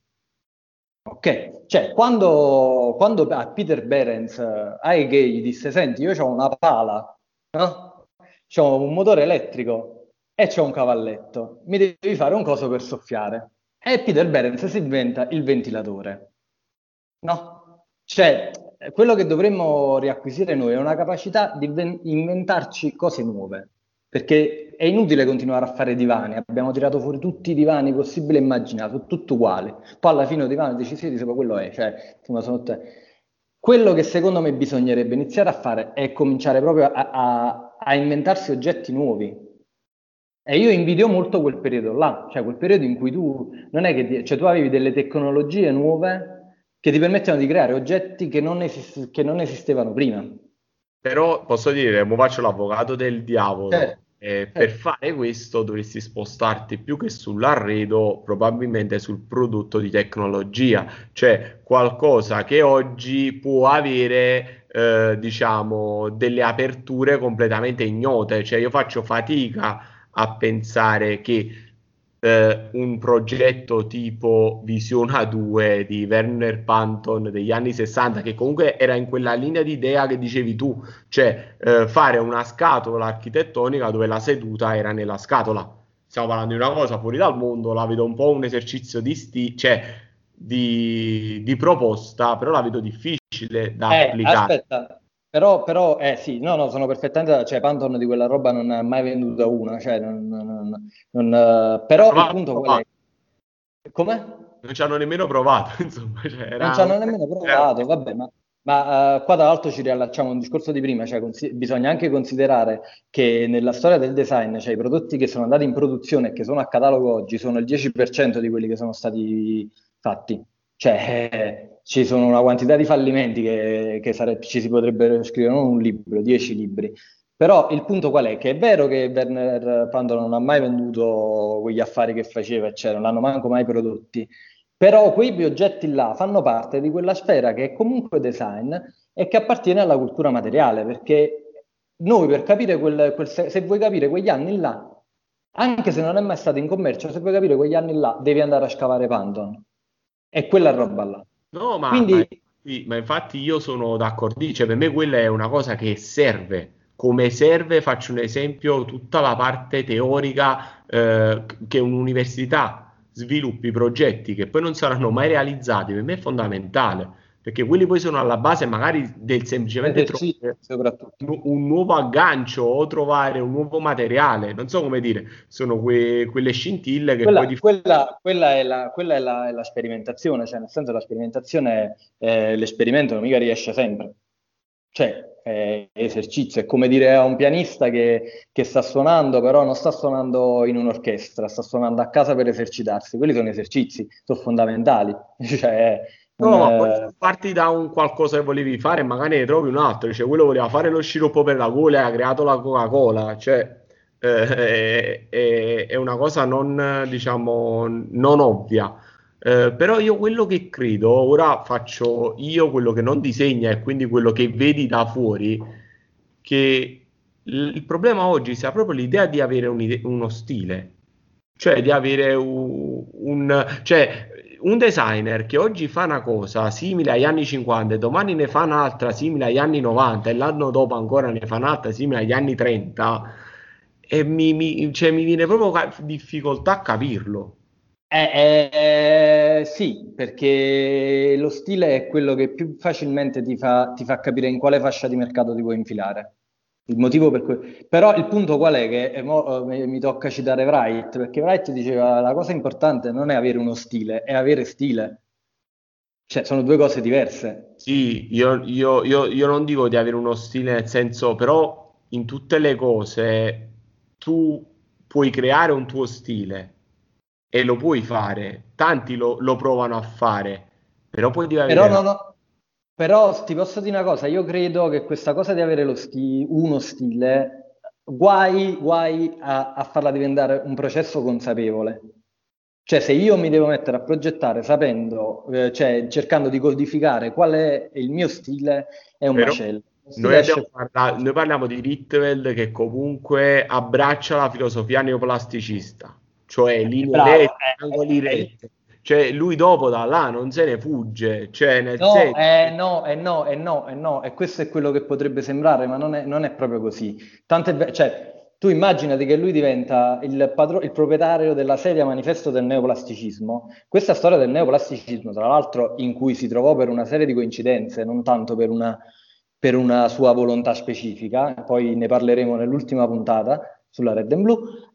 Ok, cioè quando a Peter Behrens, Gay gli disse, senti, io ho una pala, no? C'ho un motore elettrico e c'ho un cavalletto, mi devi fare un coso per soffiare. E Peter Behrens si inventa il ventilatore, no? Cioè, quello che dovremmo riacquisire noi è una capacità di inventarci cose nuove, perché è inutile continuare a fare divani, abbiamo tirato fuori tutti i divani possibili e immaginati, sono tutti uguali. Poi alla fine il divano dici sì, dice, ma quello è, cioè, insomma, quello che secondo me bisognerebbe iniziare a fare è cominciare proprio a inventarsi oggetti nuovi. E io invidio molto quel periodo là, cioè quel periodo in cui tu non è che cioè, tu avevi delle tecnologie nuove che ti permettono di creare oggetti che non esistevano prima. Però posso dire, mo faccio l'avvocato del diavolo. Certo, Per certo. fare questo dovresti spostarti più che sull'arredo, probabilmente sul prodotto di tecnologia, cioè qualcosa che oggi può avere, diciamo, delle aperture completamente ignote. Cioè io faccio fatica a pensare che un progetto tipo Visiona 2 di Werner Panton degli anni 60, che comunque era in quella linea di idea che dicevi tu, cioè fare una scatola architettonica dove la seduta era nella scatola. Stiamo parlando di una cosa fuori dal mondo, la vedo un po' un esercizio cioè, di proposta, però la vedo difficile da applicare. Aspetta, sì, no, no, sono perfettamente, cioè Phantom di quella roba non ne ha mai venduta una, cioè, però il punto qual Provato, è? Come? non ci hanno nemmeno provato, insomma, cioè, Non ci hanno nemmeno era- provato, vabbè, qua tra l'altro ci riallacciamo a un discorso di prima, cioè bisogna anche considerare che nella storia del design, cioè i prodotti che sono andati in produzione e che sono a catalogo oggi sono il 10% di quelli che sono stati fatti. Cioè, ci sono una quantità di fallimenti ci si potrebbero scrivere non un libro, 10 libri. Però il punto qual è? Che è vero che Werner Pando non ha mai venduto quegli affari che faceva, eccetera, non l'hanno manco mai prodotti. Però quei oggetti là fanno parte di quella sfera che è comunque design e che appartiene alla cultura materiale, perché noi per capire se vuoi capire quegli anni là, anche se non è mai stato in commercio, se vuoi capire quegli anni là, devi andare a scavare Panton. E quella roba là. No, Quindi ma infatti io sono d'accordo, cioè per me quella è una cosa che serve. Come serve, faccio un esempio, tutta la parte teorica che un'università sviluppi progetti che poi non saranno mai realizzati, per me è fondamentale, perché quelli poi sono alla base magari del semplicemente esercizi trovare soprattutto. un nuovo aggancio o trovare un nuovo materiale, non so come dire, sono quelle scintille che poi È la sperimentazione, cioè nel senso la sperimentazione, l'esperimento non mica riesce sempre. Cioè, è esercizio, è come dire a un pianista che sta suonando, però non sta suonando in un'orchestra, sta suonando a casa per esercitarsi. Quelli sono esercizi, sono fondamentali. Cioè, No, ma poi se parti da un qualcosa che volevi fare e magari ne trovi un altro, cioè quello voleva fare lo sciroppo per la gola e ha creato la Coca-Cola, cioè è una cosa non, diciamo, non ovvia. Però io quello che credo, ora faccio io quello che non disegna e quindi quello che vedi da fuori, che il problema oggi sia proprio l'idea di avere uno stile, cioè di avere cioè, un designer che oggi fa una cosa simile agli anni 50 e domani ne fa un'altra simile agli anni 90 e l'anno dopo ancora ne fa un'altra simile agli anni 30 e cioè, mi viene proprio difficoltà a capirlo. Sì, perché lo stile è quello che più facilmente ti fa capire in quale fascia di mercato ti vuoi infilare. Il motivo per cui... Però il punto qual è? Che mi tocca citare Wright, perché Wright diceva la cosa importante non è avere uno stile, è avere stile. Cioè, sono due cose diverse. Sì, io non dico di avere uno stile nel senso, però in tutte le cose tu puoi creare un tuo stile. e lo puoi fare, tanti lo provano a fare, però poi devi Però, avere la... però ti posso dire una cosa, io credo che questa cosa di avere uno stile, guai a farla diventare un processo consapevole. Cioè, se io mi devo mettere a progettare sapendo, cioè cercando di codificare qual è il mio stile, è un Però macello. Lo stile esce noi parliamo di Ritwell che comunque abbraccia la filosofia neoplasticista, cioè linee bravo. rette, angoli retti. Cioè lui dopo da là non se ne fugge, cioè nel No, senso... no, e questo è quello che potrebbe sembrare, ma non è proprio così. Cioè, tu immaginati che lui diventa il proprietario della sedia Manifesto del Neoplasticismo. Questa storia del neoplasticismo, tra l'altro, in cui si trovò per una serie di coincidenze, non tanto per una sua volontà specifica, poi ne parleremo nell'ultima puntata sulla Red and Blue.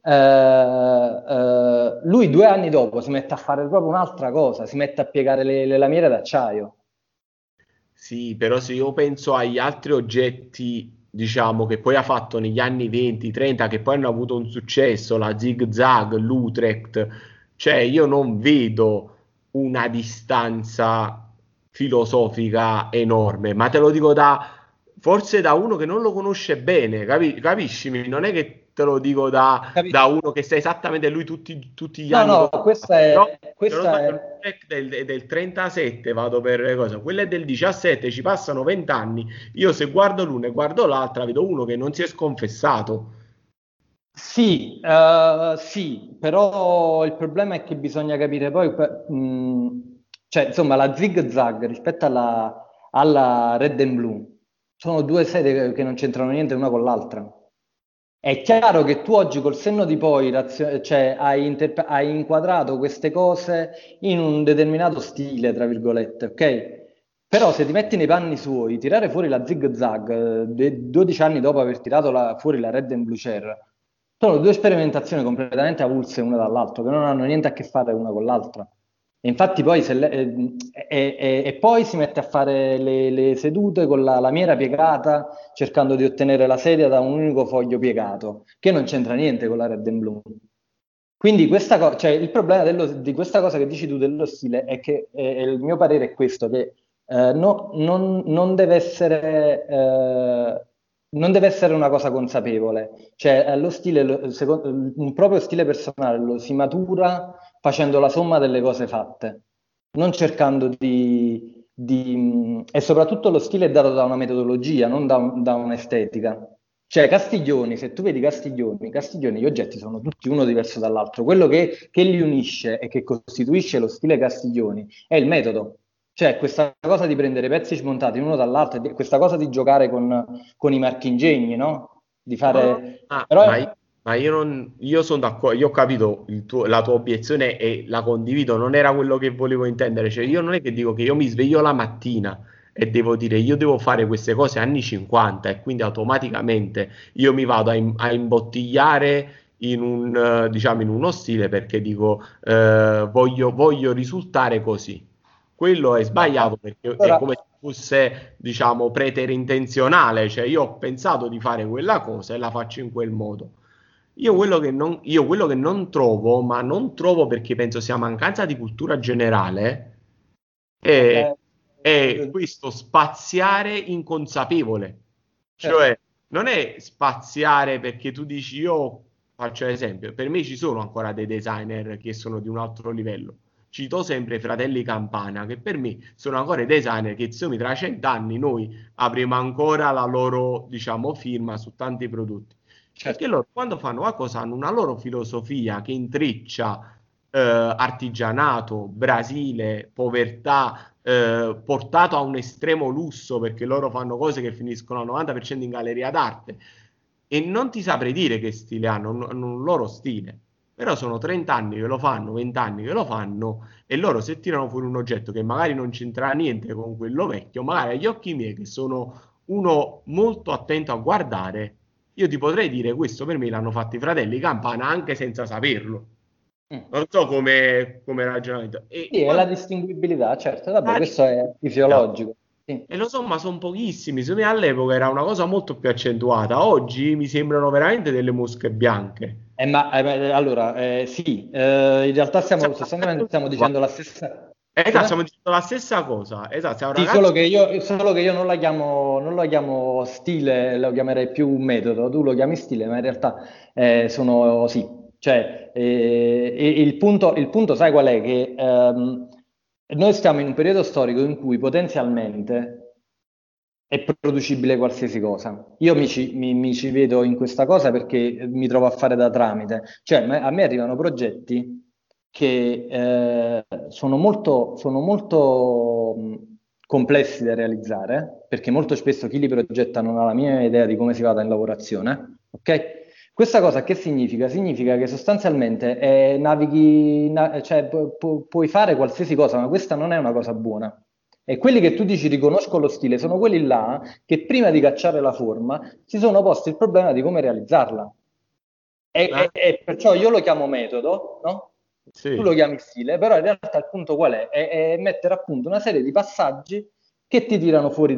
Lui 2 anni dopo si mette a fare proprio un'altra cosa, si mette a piegare le lamiere d'acciaio. Sì, però se io penso agli altri oggetti, diciamo, che poi ha fatto negli anni 20, 30, che poi hanno avuto un successo, la Zig Zag, l'Utrecht, cioè io non vedo una distanza filosofica enorme, ma te lo dico forse da uno che non lo conosce bene, capiscimi? Non è che te lo dico da uno che sa esattamente lui tutti gli No, anni no, come questa però è, se non questa sbaglio, è, l'Utrecht del 37, vado per cosa, quella è del 17, ci passano 20 anni. Io se guardo l'una e guardo l'altra, vedo uno che non si è sconfessato. Sì, sì, però il problema è che bisogna capire poi, cioè, insomma, la Zig Zag rispetto alla Red and Blue sono due sedie che non c'entrano niente una con l'altra. È chiaro che tu oggi col senno di poi cioè, hai inquadrato queste cose in un determinato stile, tra virgolette, ok? Però se ti metti nei panni suoi, tirare fuori la Zig Zag 12 anni dopo aver tirato fuori la Red and Blue Chair, sono due sperimentazioni completamente avulse una dall'altra, che non hanno niente a che fare una con l'altra. E infatti poi, e poi si mette a fare le sedute con la lamiera piegata, cercando di ottenere la sedia da un unico foglio piegato, che non c'entra niente con la Red and Blue. Quindi cioè, il problema di questa cosa che dici tu dello stile è che, il mio parere è questo, che non deve essere una cosa consapevole. Cioè, lo stile, un proprio stile personale lo si matura facendo la somma delle cose fatte, non cercando e soprattutto lo stile è dato da una metodologia, non da un'estetica. Cioè, Castiglioni, se tu vedi Castiglioni, gli oggetti sono tutti uno diverso dall'altro. Quello che li unisce e che costituisce lo stile Castiglioni è il metodo. Cioè, questa cosa di prendere pezzi smontati uno dall'altro, questa cosa di giocare con i marchingegni, no? Di No, no, fare... ah, Però ma io non, io sono d'accordo, io ho capito la tua obiezione e la condivido, non era quello che volevo intendere, cioè io non è che dico che io mi sveglio la mattina e devo dire io devo fare queste cose anni 50 e quindi automaticamente io mi vado a imbottigliare diciamo, in uno stile perché dico voglio risultare così. Quello è sbagliato perché è allora, come se fosse, diciamo, preterintenzionale, cioè io ho pensato di fare quella cosa e la faccio in quel modo. Io quello che non trovo, ma non trovo perché penso sia mancanza di cultura generale, è, vabbè, è questo spaziare inconsapevole. certo. Cioè, non è spaziare perché tu dici, io faccio l'esempio, per me ci sono ancora dei designer che sono di un altro livello. Cito sempre i fratelli Campana, che per me sono ancora i designer che insomma tra 100 anni noi avremo ancora la loro, diciamo, firma su tanti prodotti. Perché Certo. loro quando fanno qualcosa hanno una loro filosofia che intreccia artigianato, Brasile, povertà, portato a un estremo lusso perché loro fanno cose che finiscono al 90% in galleria d'arte e non ti saprei dire che stile hanno un loro stile, però sono 30 anni che lo fanno, 20 anni che lo fanno e loro se tirano fuori un oggetto che magari non c'entra niente con quello vecchio, magari agli occhi miei che sono uno molto attento a guardare, io ti potrei dire questo per me l'hanno fatto i fratelli Campana anche senza saperlo. Mm. Non so come ragionamento. E Sì, è la quando distinguibilità, certo, vabbè, la questo è distinzione, fisiologico. Sì. E lo so, ma sono pochissimi. Secondo me all'epoca era una cosa molto più accentuata. Oggi mi sembrano veramente delle mosche bianche. Allora, sì, in realtà sostanzialmente stiamo dicendo la stessa. Esatto, stiamo Come? dicendo la stessa cosa. Esatto, siamo Sì, ragazzi. solo che io non la chiamo stile, lo chiamerei più un metodo, tu lo chiami stile, ma in realtà sono sì. Cioè, il punto, sai qual è? Che noi stiamo in un periodo storico in cui potenzialmente è producibile qualsiasi cosa. Io mi ci vedo in questa cosa perché mi trovo a fare da tramite. Cioè, a me arrivano progetti che sono molto complessi da realizzare, perché molto spesso chi li progetta non ha la minima idea di come si vada in lavorazione. Ok? Questa cosa che significa? Significa che sostanzialmente cioè, puoi fare qualsiasi cosa, ma questa non è una cosa buona. E quelli che tu dici riconosco lo stile sono quelli là che prima di cacciare la forma si sono posti il problema di come realizzarla. Eh? E perciò io lo chiamo metodo, no? Tu lo Sì. chiami stile, però in realtà il punto qual è? È mettere a punto una serie di passaggi che ti tirano fuori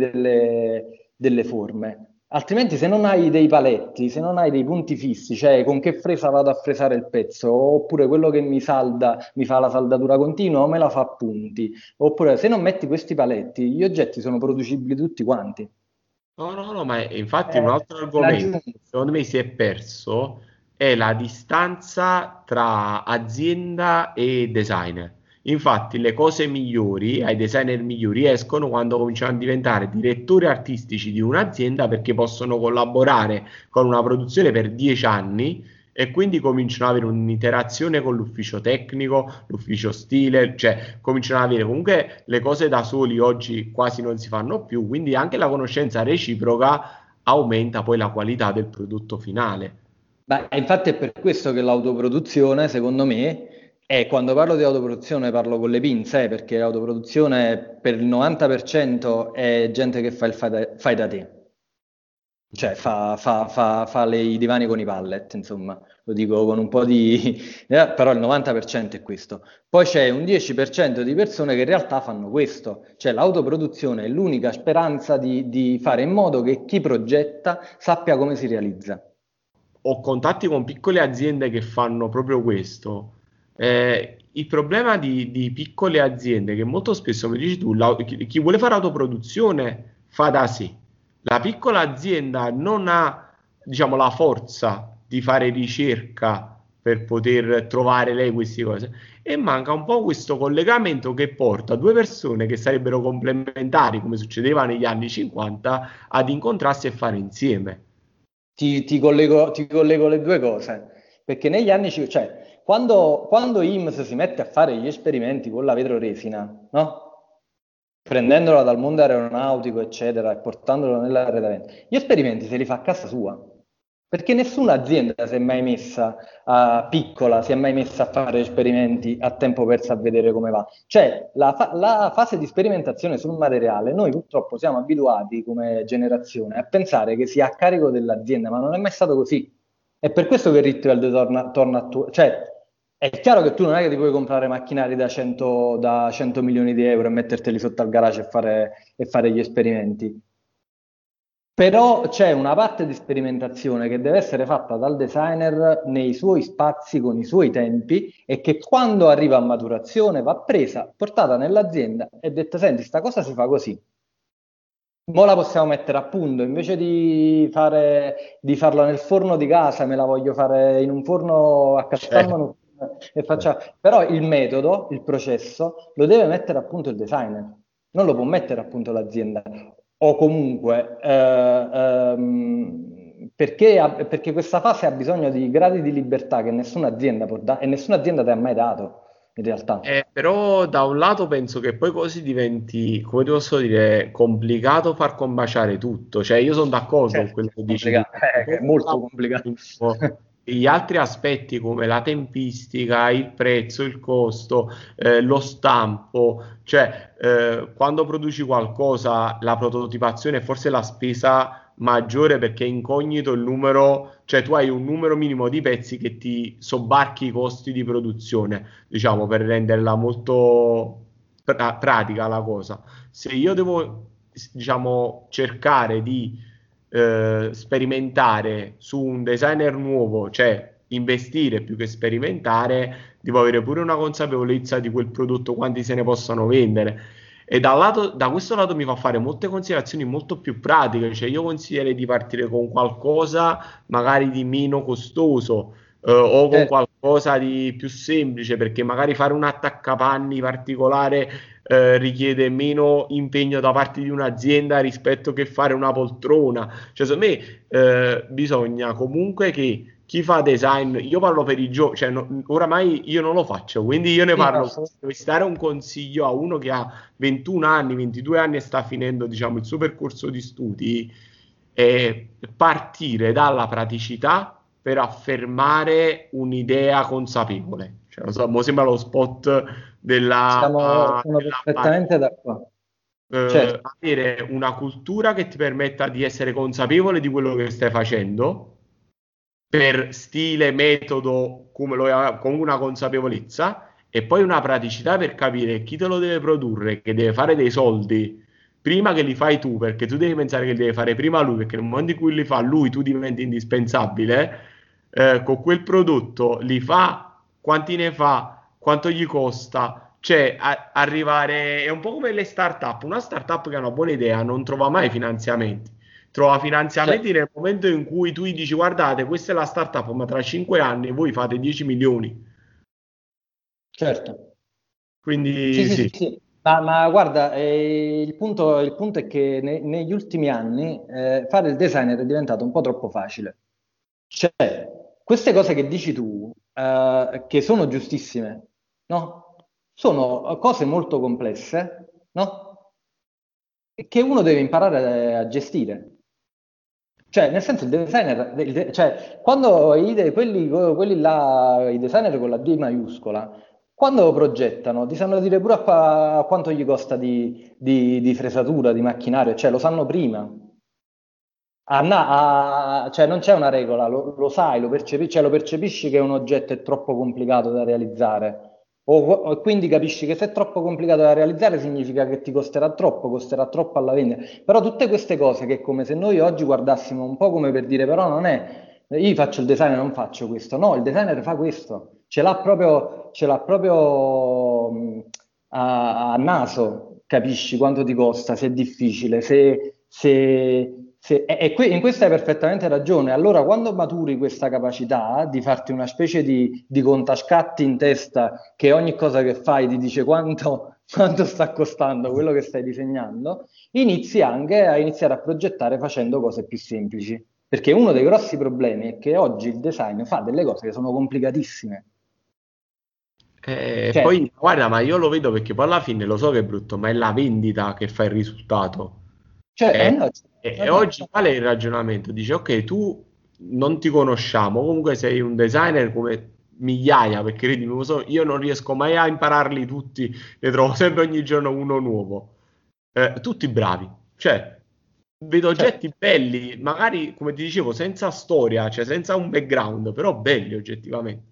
delle forme. Altrimenti, se non hai dei paletti, se non hai dei punti fissi, cioè con che fresa vado a fresare il pezzo, oppure quello che mi salda, mi fa la saldatura continua o me la fa a punti, oppure se non metti questi paletti, gli oggetti sono producibili tutti quanti. No, no, no, ma infatti un altro In argomento aggiunta. che secondo me si è perso è la distanza tra azienda e designer. Infatti le cose migliori, ai designer migliori escono quando cominciano a diventare direttori artistici di un'azienda perché possono collaborare con una produzione per 10 anni e quindi cominciano ad avere un'interazione con l'ufficio tecnico, l'ufficio stile, cioè cominciano ad avere comunque le cose da soli oggi quasi non si fanno più, quindi anche la conoscenza reciproca aumenta poi la qualità del prodotto finale. Beh, infatti è per questo che l'autoproduzione, secondo me, e quando parlo di autoproduzione parlo con le pinze, perché l'autoproduzione per il 90% è gente che fa il fai da te, cioè fa i divani con i pallet, insomma, lo dico con un po' di... però il 90% è questo. Poi c'è un 10% di persone che in realtà fanno questo, cioè l'autoproduzione è l'unica speranza di fare in modo che chi progetta sappia come si realizza. Ho contatti con piccole aziende che fanno proprio questo. Il problema di piccole aziende, che molto spesso, come dici tu, chi vuole fare autoproduzione fa da sé. La piccola azienda non ha, diciamo, la forza di fare ricerca per poter trovare lei queste cose e manca un po' questo collegamento che porta due persone che sarebbero complementari, come succedeva negli anni 50, ad incontrarsi e fare insieme. Ti collego le due cose, perché negli anni, cioè, quando IMS si mette a fare gli esperimenti con la vetroresina, no? Prendendola dal mondo aeronautico, eccetera, e portandola nell'arredamento, gli esperimenti se li fa a casa sua, perché nessuna azienda si è mai messa piccola, si è mai messa a fare esperimenti a tempo perso a vedere come va. Cioè, la fase di sperimentazione sul materiale, noi purtroppo siamo abituati come generazione a pensare che sia a carico dell'azienda, ma non è mai stato così. È per questo che il ritual torna a... Cioè, è chiaro che tu non è che ti puoi comprare macchinari da 100 milioni di euro e metterteli sotto al garage e fare gli esperimenti. Però c'è una parte di sperimentazione che deve essere fatta dal designer nei suoi spazi, con i suoi tempi, e che quando arriva a maturazione va presa, portata nell'azienda e detta: senti, sta cosa si fa così. Mo la possiamo mettere a punto, invece di farla nel forno di casa, me la voglio fare in un forno a Certo. cassaforno e faccia... Però il metodo, il processo, lo deve mettere a punto il designer, non lo può mettere a punto l'azienda. O comunque, perché questa fase ha bisogno di gradi di libertà che nessuna azienda può dare e nessuna azienda ti ha mai dato, in realtà. Però da un lato penso che poi così diventi, come ti posso dire, complicato far combaciare tutto. Cioè io sono d'accordo con Certo, quello è che dici tu. complicato, è molto complicato. Benissimo. Gli altri aspetti come la tempistica, il prezzo, il costo, lo stampo, cioè quando produci qualcosa, la prototipazione è forse la spesa maggiore perché è incognito il numero, cioè tu hai un numero minimo di pezzi che ti sobbarchi i costi di produzione, diciamo, per renderla molto pratica la cosa. Se io devo diciamo, cercare di sperimentare su un designer nuovo, cioè investire più che sperimentare, devo avere pure una consapevolezza di quel prodotto, quanti se ne possano vendere. E da questo lato mi fa fare molte considerazioni molto più pratiche, cioè io consiglierei di partire con qualcosa magari di meno costoso, o con Certo, qualcosa di più semplice, perché magari fare un attaccapanni particolare richiede meno impegno da parte di un'azienda rispetto che fare una poltrona. Cioè, secondo me bisogna comunque che chi fa design, io parlo per i giovani, cioè oramai io non lo faccio, quindi io ne sì, no, parlo. Dovessi dare un consiglio a uno che ha 21 anni, 22 anni e sta finendo, diciamo, il suo percorso di studi, è partire dalla praticità per affermare un'idea consapevole. Cioè, lo so, mo sembra lo spot sono della perfettamente d'accordo. Certo, avere una cultura che ti permetta di essere consapevole di quello che stai facendo per stile, metodo, come lo è, con una consapevolezza e poi una praticità per capire chi te lo deve produrre, che deve fare dei soldi prima che li fai tu, perché tu devi pensare che li deve fare prima lui, perché nel momento in cui li fa lui tu diventi indispensabile, con quel prodotto li fa, quanti ne fa, quanto gli costa, cioè arrivare, è un po' come le start-up, una start-up che ha una buona idea non trova mai finanziamenti. Trova finanziamenti certo, nel momento in cui tu gli dici guardate, questa è la startup, ma tra 5 anni voi fate 10 milioni. certo. Sì, Quindi sì, sì, sì. sì. Ma guarda, il punto è che negli ultimi anni fare il designer è diventato un po' troppo facile. Cioè, queste cose che dici tu, che sono giustissime, no? Sono cose molto complesse, no? E che uno deve imparare a gestire. Cioè, nel senso, il designer, cioè, quando quelli là, i designer con la D maiuscola, quando progettano, ti sanno dire pure a quanto gli costa di fresatura, di macchinario, cioè lo sanno prima. Cioè, non c'è una regola, lo sai, cioè, lo percepisci che un oggetto è troppo complicato da realizzare. O quindi capisci che se è troppo complicato da realizzare significa che ti costerà troppo alla vendita. Però tutte queste cose che è come se noi oggi guardassimo un po' come per dire, però non è, io faccio il designer, non faccio questo. No, il designer fa questo, ce l'ha proprio a naso, capisci quanto ti costa, se è difficile, in questo hai perfettamente ragione. Allora, quando maturi questa capacità di farti una specie di contascatti in testa, che ogni cosa che fai ti dice quanto sta costando quello che stai disegnando, inizi anche a iniziare a progettare facendo cose più semplici. Perché uno dei grossi problemi è che oggi il design fa delle cose che sono complicatissime. Cioè, Poi guarda, ma io lo vedo perché poi alla fine lo so che è brutto, ma è la vendita che fa il risultato. E, no, e no, oggi qual è il ragionamento? Dice, ok, tu non ti conosciamo, comunque sei un designer come migliaia, perché credimi, io non riesco mai a impararli tutti, ne trovo sempre ogni giorno uno nuovo. Tutti bravi, cioè vedo certo. oggetti belli, magari come ti dicevo, senza storia, cioè senza un background, però belli oggettivamente.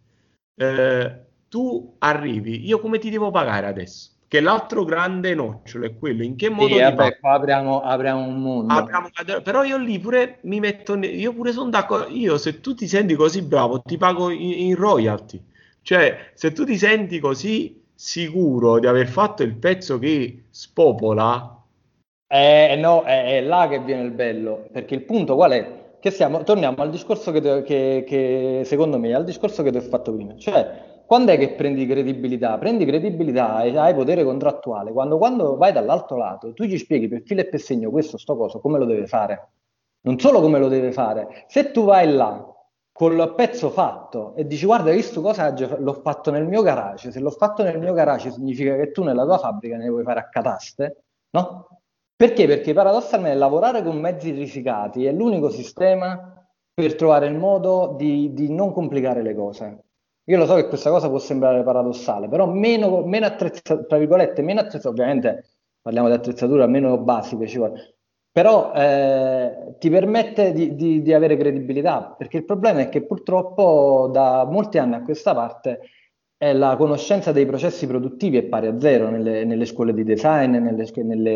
Tu arrivi, io come ti devo pagare adesso? Che l'altro grande nocciolo è quello, in che Sì, modo ti pago? vabbè, qua apriamo un mondo. Però io lì pure mi metto, io pure sono d'accordo, io se tu ti senti così bravo ti pago in royalty, cioè se tu ti senti così sicuro di aver fatto il pezzo che spopola, No, è là che viene il bello, perché il punto qual è? Torniamo al discorso che secondo me, al discorso che ti ho fatto prima, cioè quando è che prendi credibilità? Prendi credibilità e hai potere contrattuale, quando vai dall'altro lato, tu gli spieghi per filo e per segno questo, sto coso, come lo deve fare. Non solo come lo deve fare, se tu vai là col pezzo fatto e dici guarda, hai visto cosa l'ho fatto nel mio garage, se l'ho fatto nel mio garage significa che tu nella tua fabbrica ne vuoi fare a cataste, no? Perché? Perché paradossalmente lavorare con mezzi risicati è l'unico sistema per trovare il modo di non complicare le cose. Io lo so che questa cosa può sembrare paradossale, però meno attrezzatura, tra virgolette, meno attrezzatura, ovviamente parliamo di attrezzatura meno basiche, ci vuole, però ti permette di avere credibilità, perché il problema è che purtroppo da molti anni a questa parte la conoscenza dei processi produttivi è pari a zero nelle scuole di design, nelle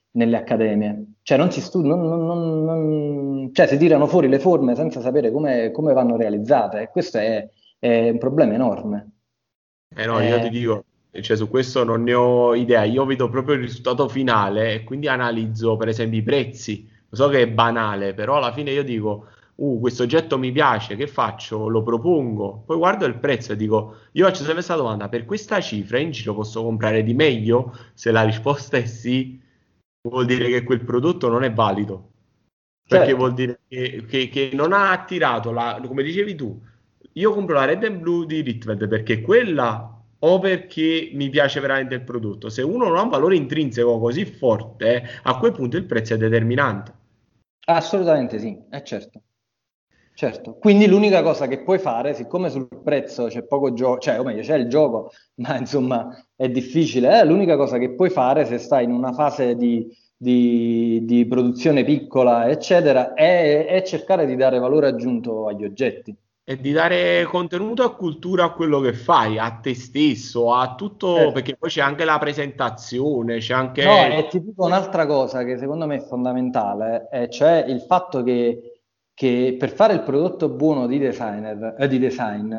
nelle accademie. Cioè, non si studia, cioè, si tirano fuori le forme senza sapere come vanno realizzate, e questo è un problema enorme. No, io ti Eh, dico, cioè su questo non ne ho idea, io vedo proprio il risultato finale e quindi analizzo per esempio i prezzi. Lo so che è banale, però alla fine io dico, questo oggetto mi piace, che faccio? Lo propongo, poi guardo il prezzo e dico, io faccio sempre questa domanda, per questa cifra in giro posso comprare di meglio? Se la risposta è sì, vuol dire che quel prodotto non è valido, perché vuol certo. dire che non ha attirato, come dicevi tu, io compro la Red and Blue di Rietveld perché quella o perché mi piace veramente il prodotto. Se uno non ha un valore intrinseco così forte, a quel punto il prezzo è determinante. Assolutamente sì, è certo. Certo, quindi l'unica cosa che puoi fare, siccome sul prezzo c'è poco gioco, cioè o meglio c'è il gioco, ma insomma è difficile, l'unica cosa che puoi fare se stai in una fase di produzione piccola, eccetera, è cercare di dare valore aggiunto agli oggetti. E di dare contenuto e cultura a quello che fai, a te stesso, a tutto, Certo. perché poi c'è anche la presentazione, c'è No, anche... e ti dico un'altra cosa che secondo me è fondamentale, cioè il fatto che per fare il prodotto buono di design,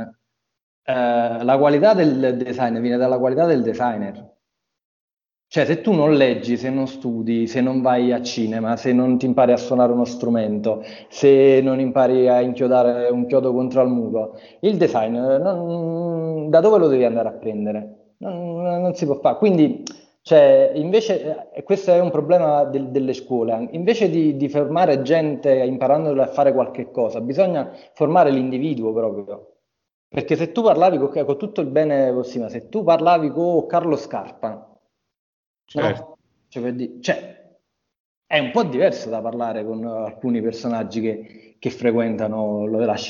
la qualità del design viene dalla qualità del designer. Cioè, se tu non leggi, se non studi, se non vai a cinema, se non ti impari a suonare uno strumento, se non impari a inchiodare un chiodo contro al muro, il design da dove lo devi andare a prendere? Non si può fare. Quindi, cioè, invece, questo è un problema delle scuole. Invece di formare gente imparando a fare qualche cosa, bisogna formare l'individuo proprio. Perché se tu parlavi con tutto il bene possibile, se tu parlavi con Carlo Scarpa, Certo. no? Cioè, è un po' diverso da parlare con alcuni personaggi che frequentano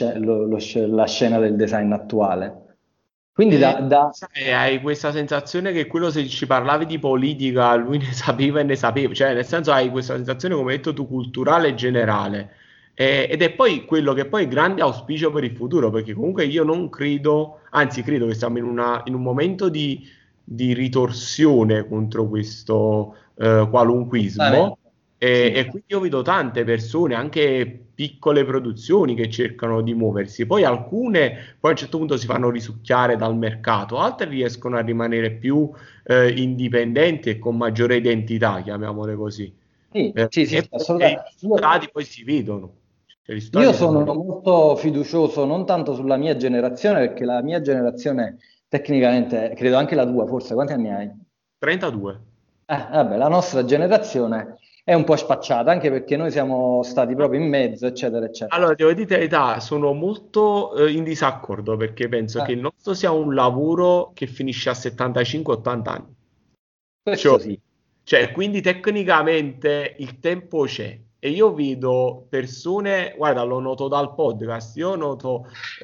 la scena del design attuale. Quindi Sai, hai questa sensazione che quello se ci parlavi di politica, lui ne sapeva e ne sapeva, cioè nel senso hai questa sensazione, come hai detto tu, culturale e generale. Ed è poi quello che poi è grande auspicio per il futuro, perché comunque io non credo, anzi credo che siamo in un momento di ritorsione contro questo qualunquismo Assolutamente. e Sì, quindi io vedo tante persone, anche piccole produzioni che cercano di muoversi. Poi alcune poi a un certo punto si fanno risucchiare dal mercato, altre riescono a rimanere più indipendenti e con maggiore identità, chiamiamole così. sì, sì, sì, E sì, i assolutamente. risultati poi si vedono. Cioè, i Io risultati si sono vedono. molto fiducioso non tanto sulla mia generazione, perché la mia generazione tecnicamente, credo anche la tua, forse, quanti anni hai? 32. Vabbè, la nostra generazione è un po' spacciata, anche perché noi siamo stati proprio in mezzo, eccetera, eccetera. Allora, devo dire la verità, sono molto in disaccordo perché penso che Eh, il nostro sia un lavoro che finisce a 75-80 anni. Cioè, questo sì. quindi tecnicamente il tempo c'è e io vedo persone, guarda, lo noto dal podcast, io noto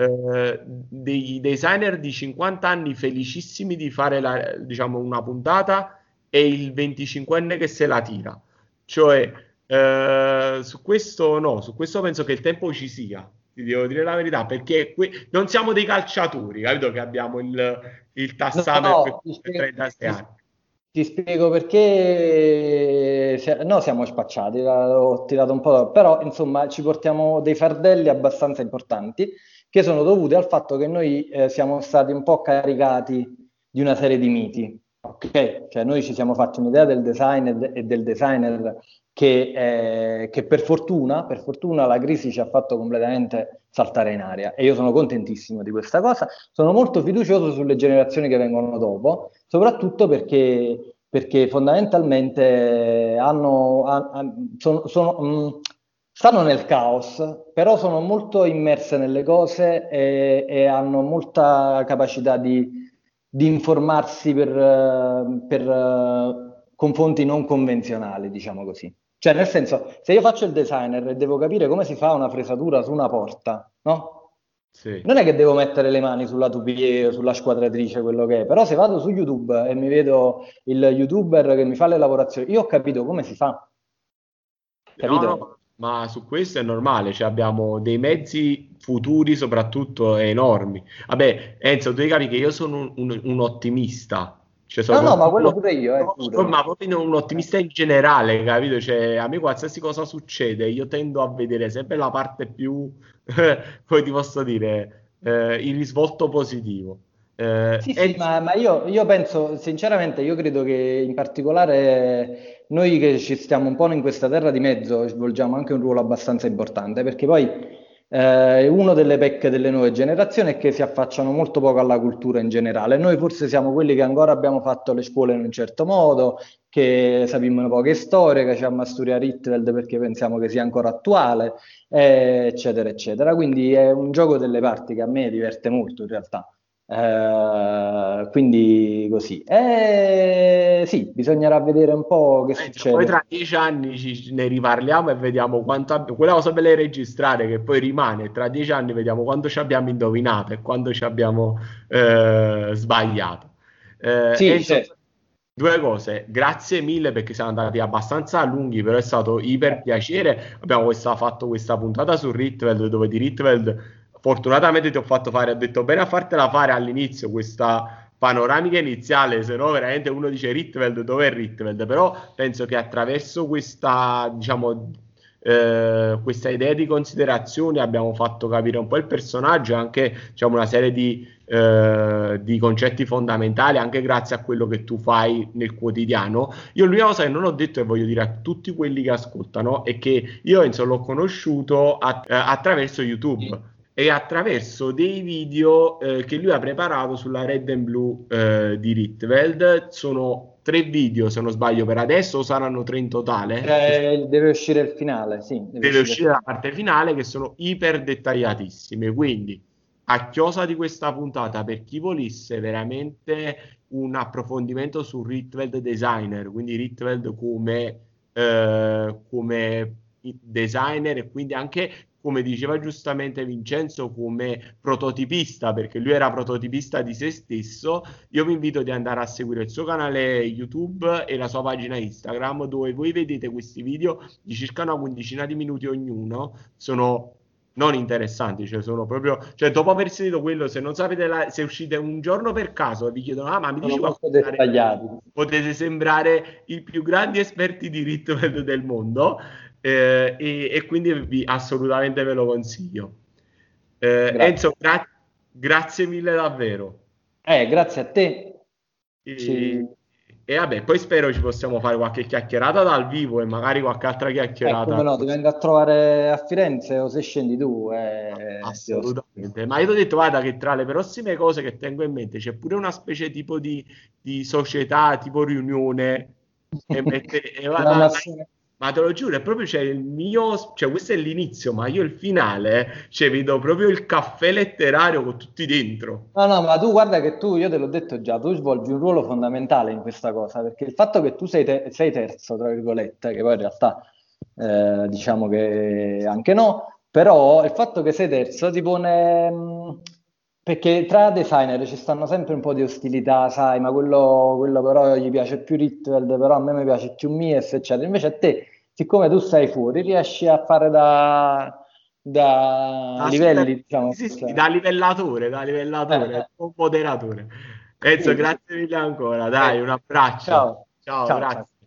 dei designer di 50 anni felicissimi di fare diciamo, una puntata e il 25enne che se la tira. Cioè, su questo no, su questo penso che il tempo ci sia, ti devo dire la verità, perché non siamo dei calciatori, capito? Che abbiamo il No, tassametro no, per 36 anni. ti spiego perché no, siamo spacciati, ho tirato un po', però insomma ci portiamo dei fardelli abbastanza importanti che sono dovuti al fatto che noi siamo stati un po' caricati di una serie di miti, ok? Cioè noi ci siamo fatti un'idea del design e del designer che per fortuna la crisi ci ha fatto completamente saltare in aria, e io sono contentissimo di questa cosa. Sono molto fiducioso sulle generazioni che vengono dopo, soprattutto perché fondamentalmente stanno nel caos, però sono molto immerse nelle cose e hanno molta capacità di informarsi con fonti non convenzionali, diciamo così. Cioè, nel senso, se io faccio il designer e devo capire come si fa una fresatura su una porta, no? Sì. Non è che devo mettere le mani sulla toupier o sulla squadratrice, quello che è, però se vado su YouTube e mi vedo il YouTuber che mi fa le lavorazioni, io ho capito come si fa, No, no, capito? ma su questo è normale, cioè abbiamo dei mezzi futuri soprattutto enormi. Vabbè, Enzo, tu devi capire che io sono un ottimista, Cioè, No, sono no, ma quello proprio, pure io, pure. ma proprio un ottimista in generale, capito? Cioè, a me qualsiasi cosa succede, io tendo a vedere sempre la parte più, come ti posso dire, il risvolto positivo. Sì, sì, E ma io penso, sinceramente, io credo che in particolare noi che ci stiamo un po' in questa terra di mezzo svolgiamo anche un ruolo abbastanza importante, perché poi uno delle pecche delle nuove generazioni è che si affacciano molto poco alla cultura in generale. Noi forse siamo quelli che ancora abbiamo fatto le scuole in un certo modo, che sappiamo poche storie, che ci a studiare Rietveld perché pensiamo che sia ancora attuale, eccetera, eccetera. Quindi è un gioco delle parti che a me diverte molto in realtà. Quindi così. Sì, bisognerà vedere un po' che poi succede. tra 10 anni ne riparliamo e vediamo quanto quella cosa bella è registrare che poi rimane. Tra 10 anni vediamo quanto ci abbiamo indovinato e quanto ci abbiamo sbagliato. Sì, Enzo, certo. due cose. Grazie mille perché siamo andati abbastanza lunghi, però è stato iper piacere. Fatto questa puntata su Rietveld, dove di Rietveld fortunatamente ti ho fatto fare, ho detto bene a fartela fare all'inizio questa panoramica iniziale, se no veramente uno dice Rietveld, dov'è Rietveld? Però penso che attraverso questa, diciamo, questa idea di considerazioni abbiamo fatto capire un po' il personaggio e anche, diciamo, una serie di concetti fondamentali, anche grazie a quello che tu fai nel quotidiano. Io l'unica cosa che non ho detto e voglio dire a tutti quelli che ascoltano è che io Enzo l'ho conosciuto attraverso YouTube e attraverso dei video che lui ha preparato sulla Red and Blue di Rietveld. Sono 3 video, se non sbaglio, per adesso, o saranno 3 in totale. Deve uscire il finale, sì, deve Deve uscire il uscire la finale. parte finale, che sono iper dettagliatissime. Quindi, a chiosa di questa puntata, per chi volesse veramente un approfondimento su Rietveld Designer, quindi Rietveld come designer e quindi anche, come diceva giustamente Vincenzo, come prototipista, perché lui era prototipista di se stesso. Io vi invito ad andare a seguire il suo canale YouTube e la sua pagina Instagram, dove voi vedete questi video di circa una quindicina di minuti ognuno. Sono non interessanti, cioè sono proprio, cioè dopo aver sentito quello, se non sapete se uscite un giorno per caso e vi chiedono, ah, ma mi Sono dici molto qualcosa, dettagliati. potete sembrare i più grandi esperti di rhythm del mondo, e quindi assolutamente ve lo consiglio. Enzo, Grazie. grazie mille davvero. Grazie a te. Ci... E vabbè, poi spero ci possiamo fare qualche chiacchierata dal vivo e magari qualche altra come chiacchierata. no, ti vengo a trovare a Firenze o se scendi tu, ti ospito. Assolutamente, ma io ti ho detto, guarda, che tra le prossime cose che tengo in mente c'è pure una specie tipo di società, tipo riunione, Una nazione. ma te lo giuro, è proprio c'è il mio, cioè questo è l'inizio, ma io il finale, cioè vedo proprio il caffè letterario con tutti dentro. No, no, ma tu guarda che tu, io te l'ho detto già, tu svolgi un ruolo fondamentale in questa cosa, perché il fatto che tu sei terzo, tra virgolette, che poi in realtà diciamo che anche no, però il fatto che sei terzo ti pone... perché tra designer ci stanno sempre un po' di ostilità, sai, ma quello però gli piace più Rietveld, però a me mi piace più Mies, eccetera. Invece a te, siccome tu stai fuori, riesci a fare da Ah, super, livelli, diciamo, sì, sì, cioè, da livellatore, eh, un moderatore. Enzo, sì. grazie mille ancora, dai, un abbraccio. Ciao, Ciao, ciao, ciao. grazie.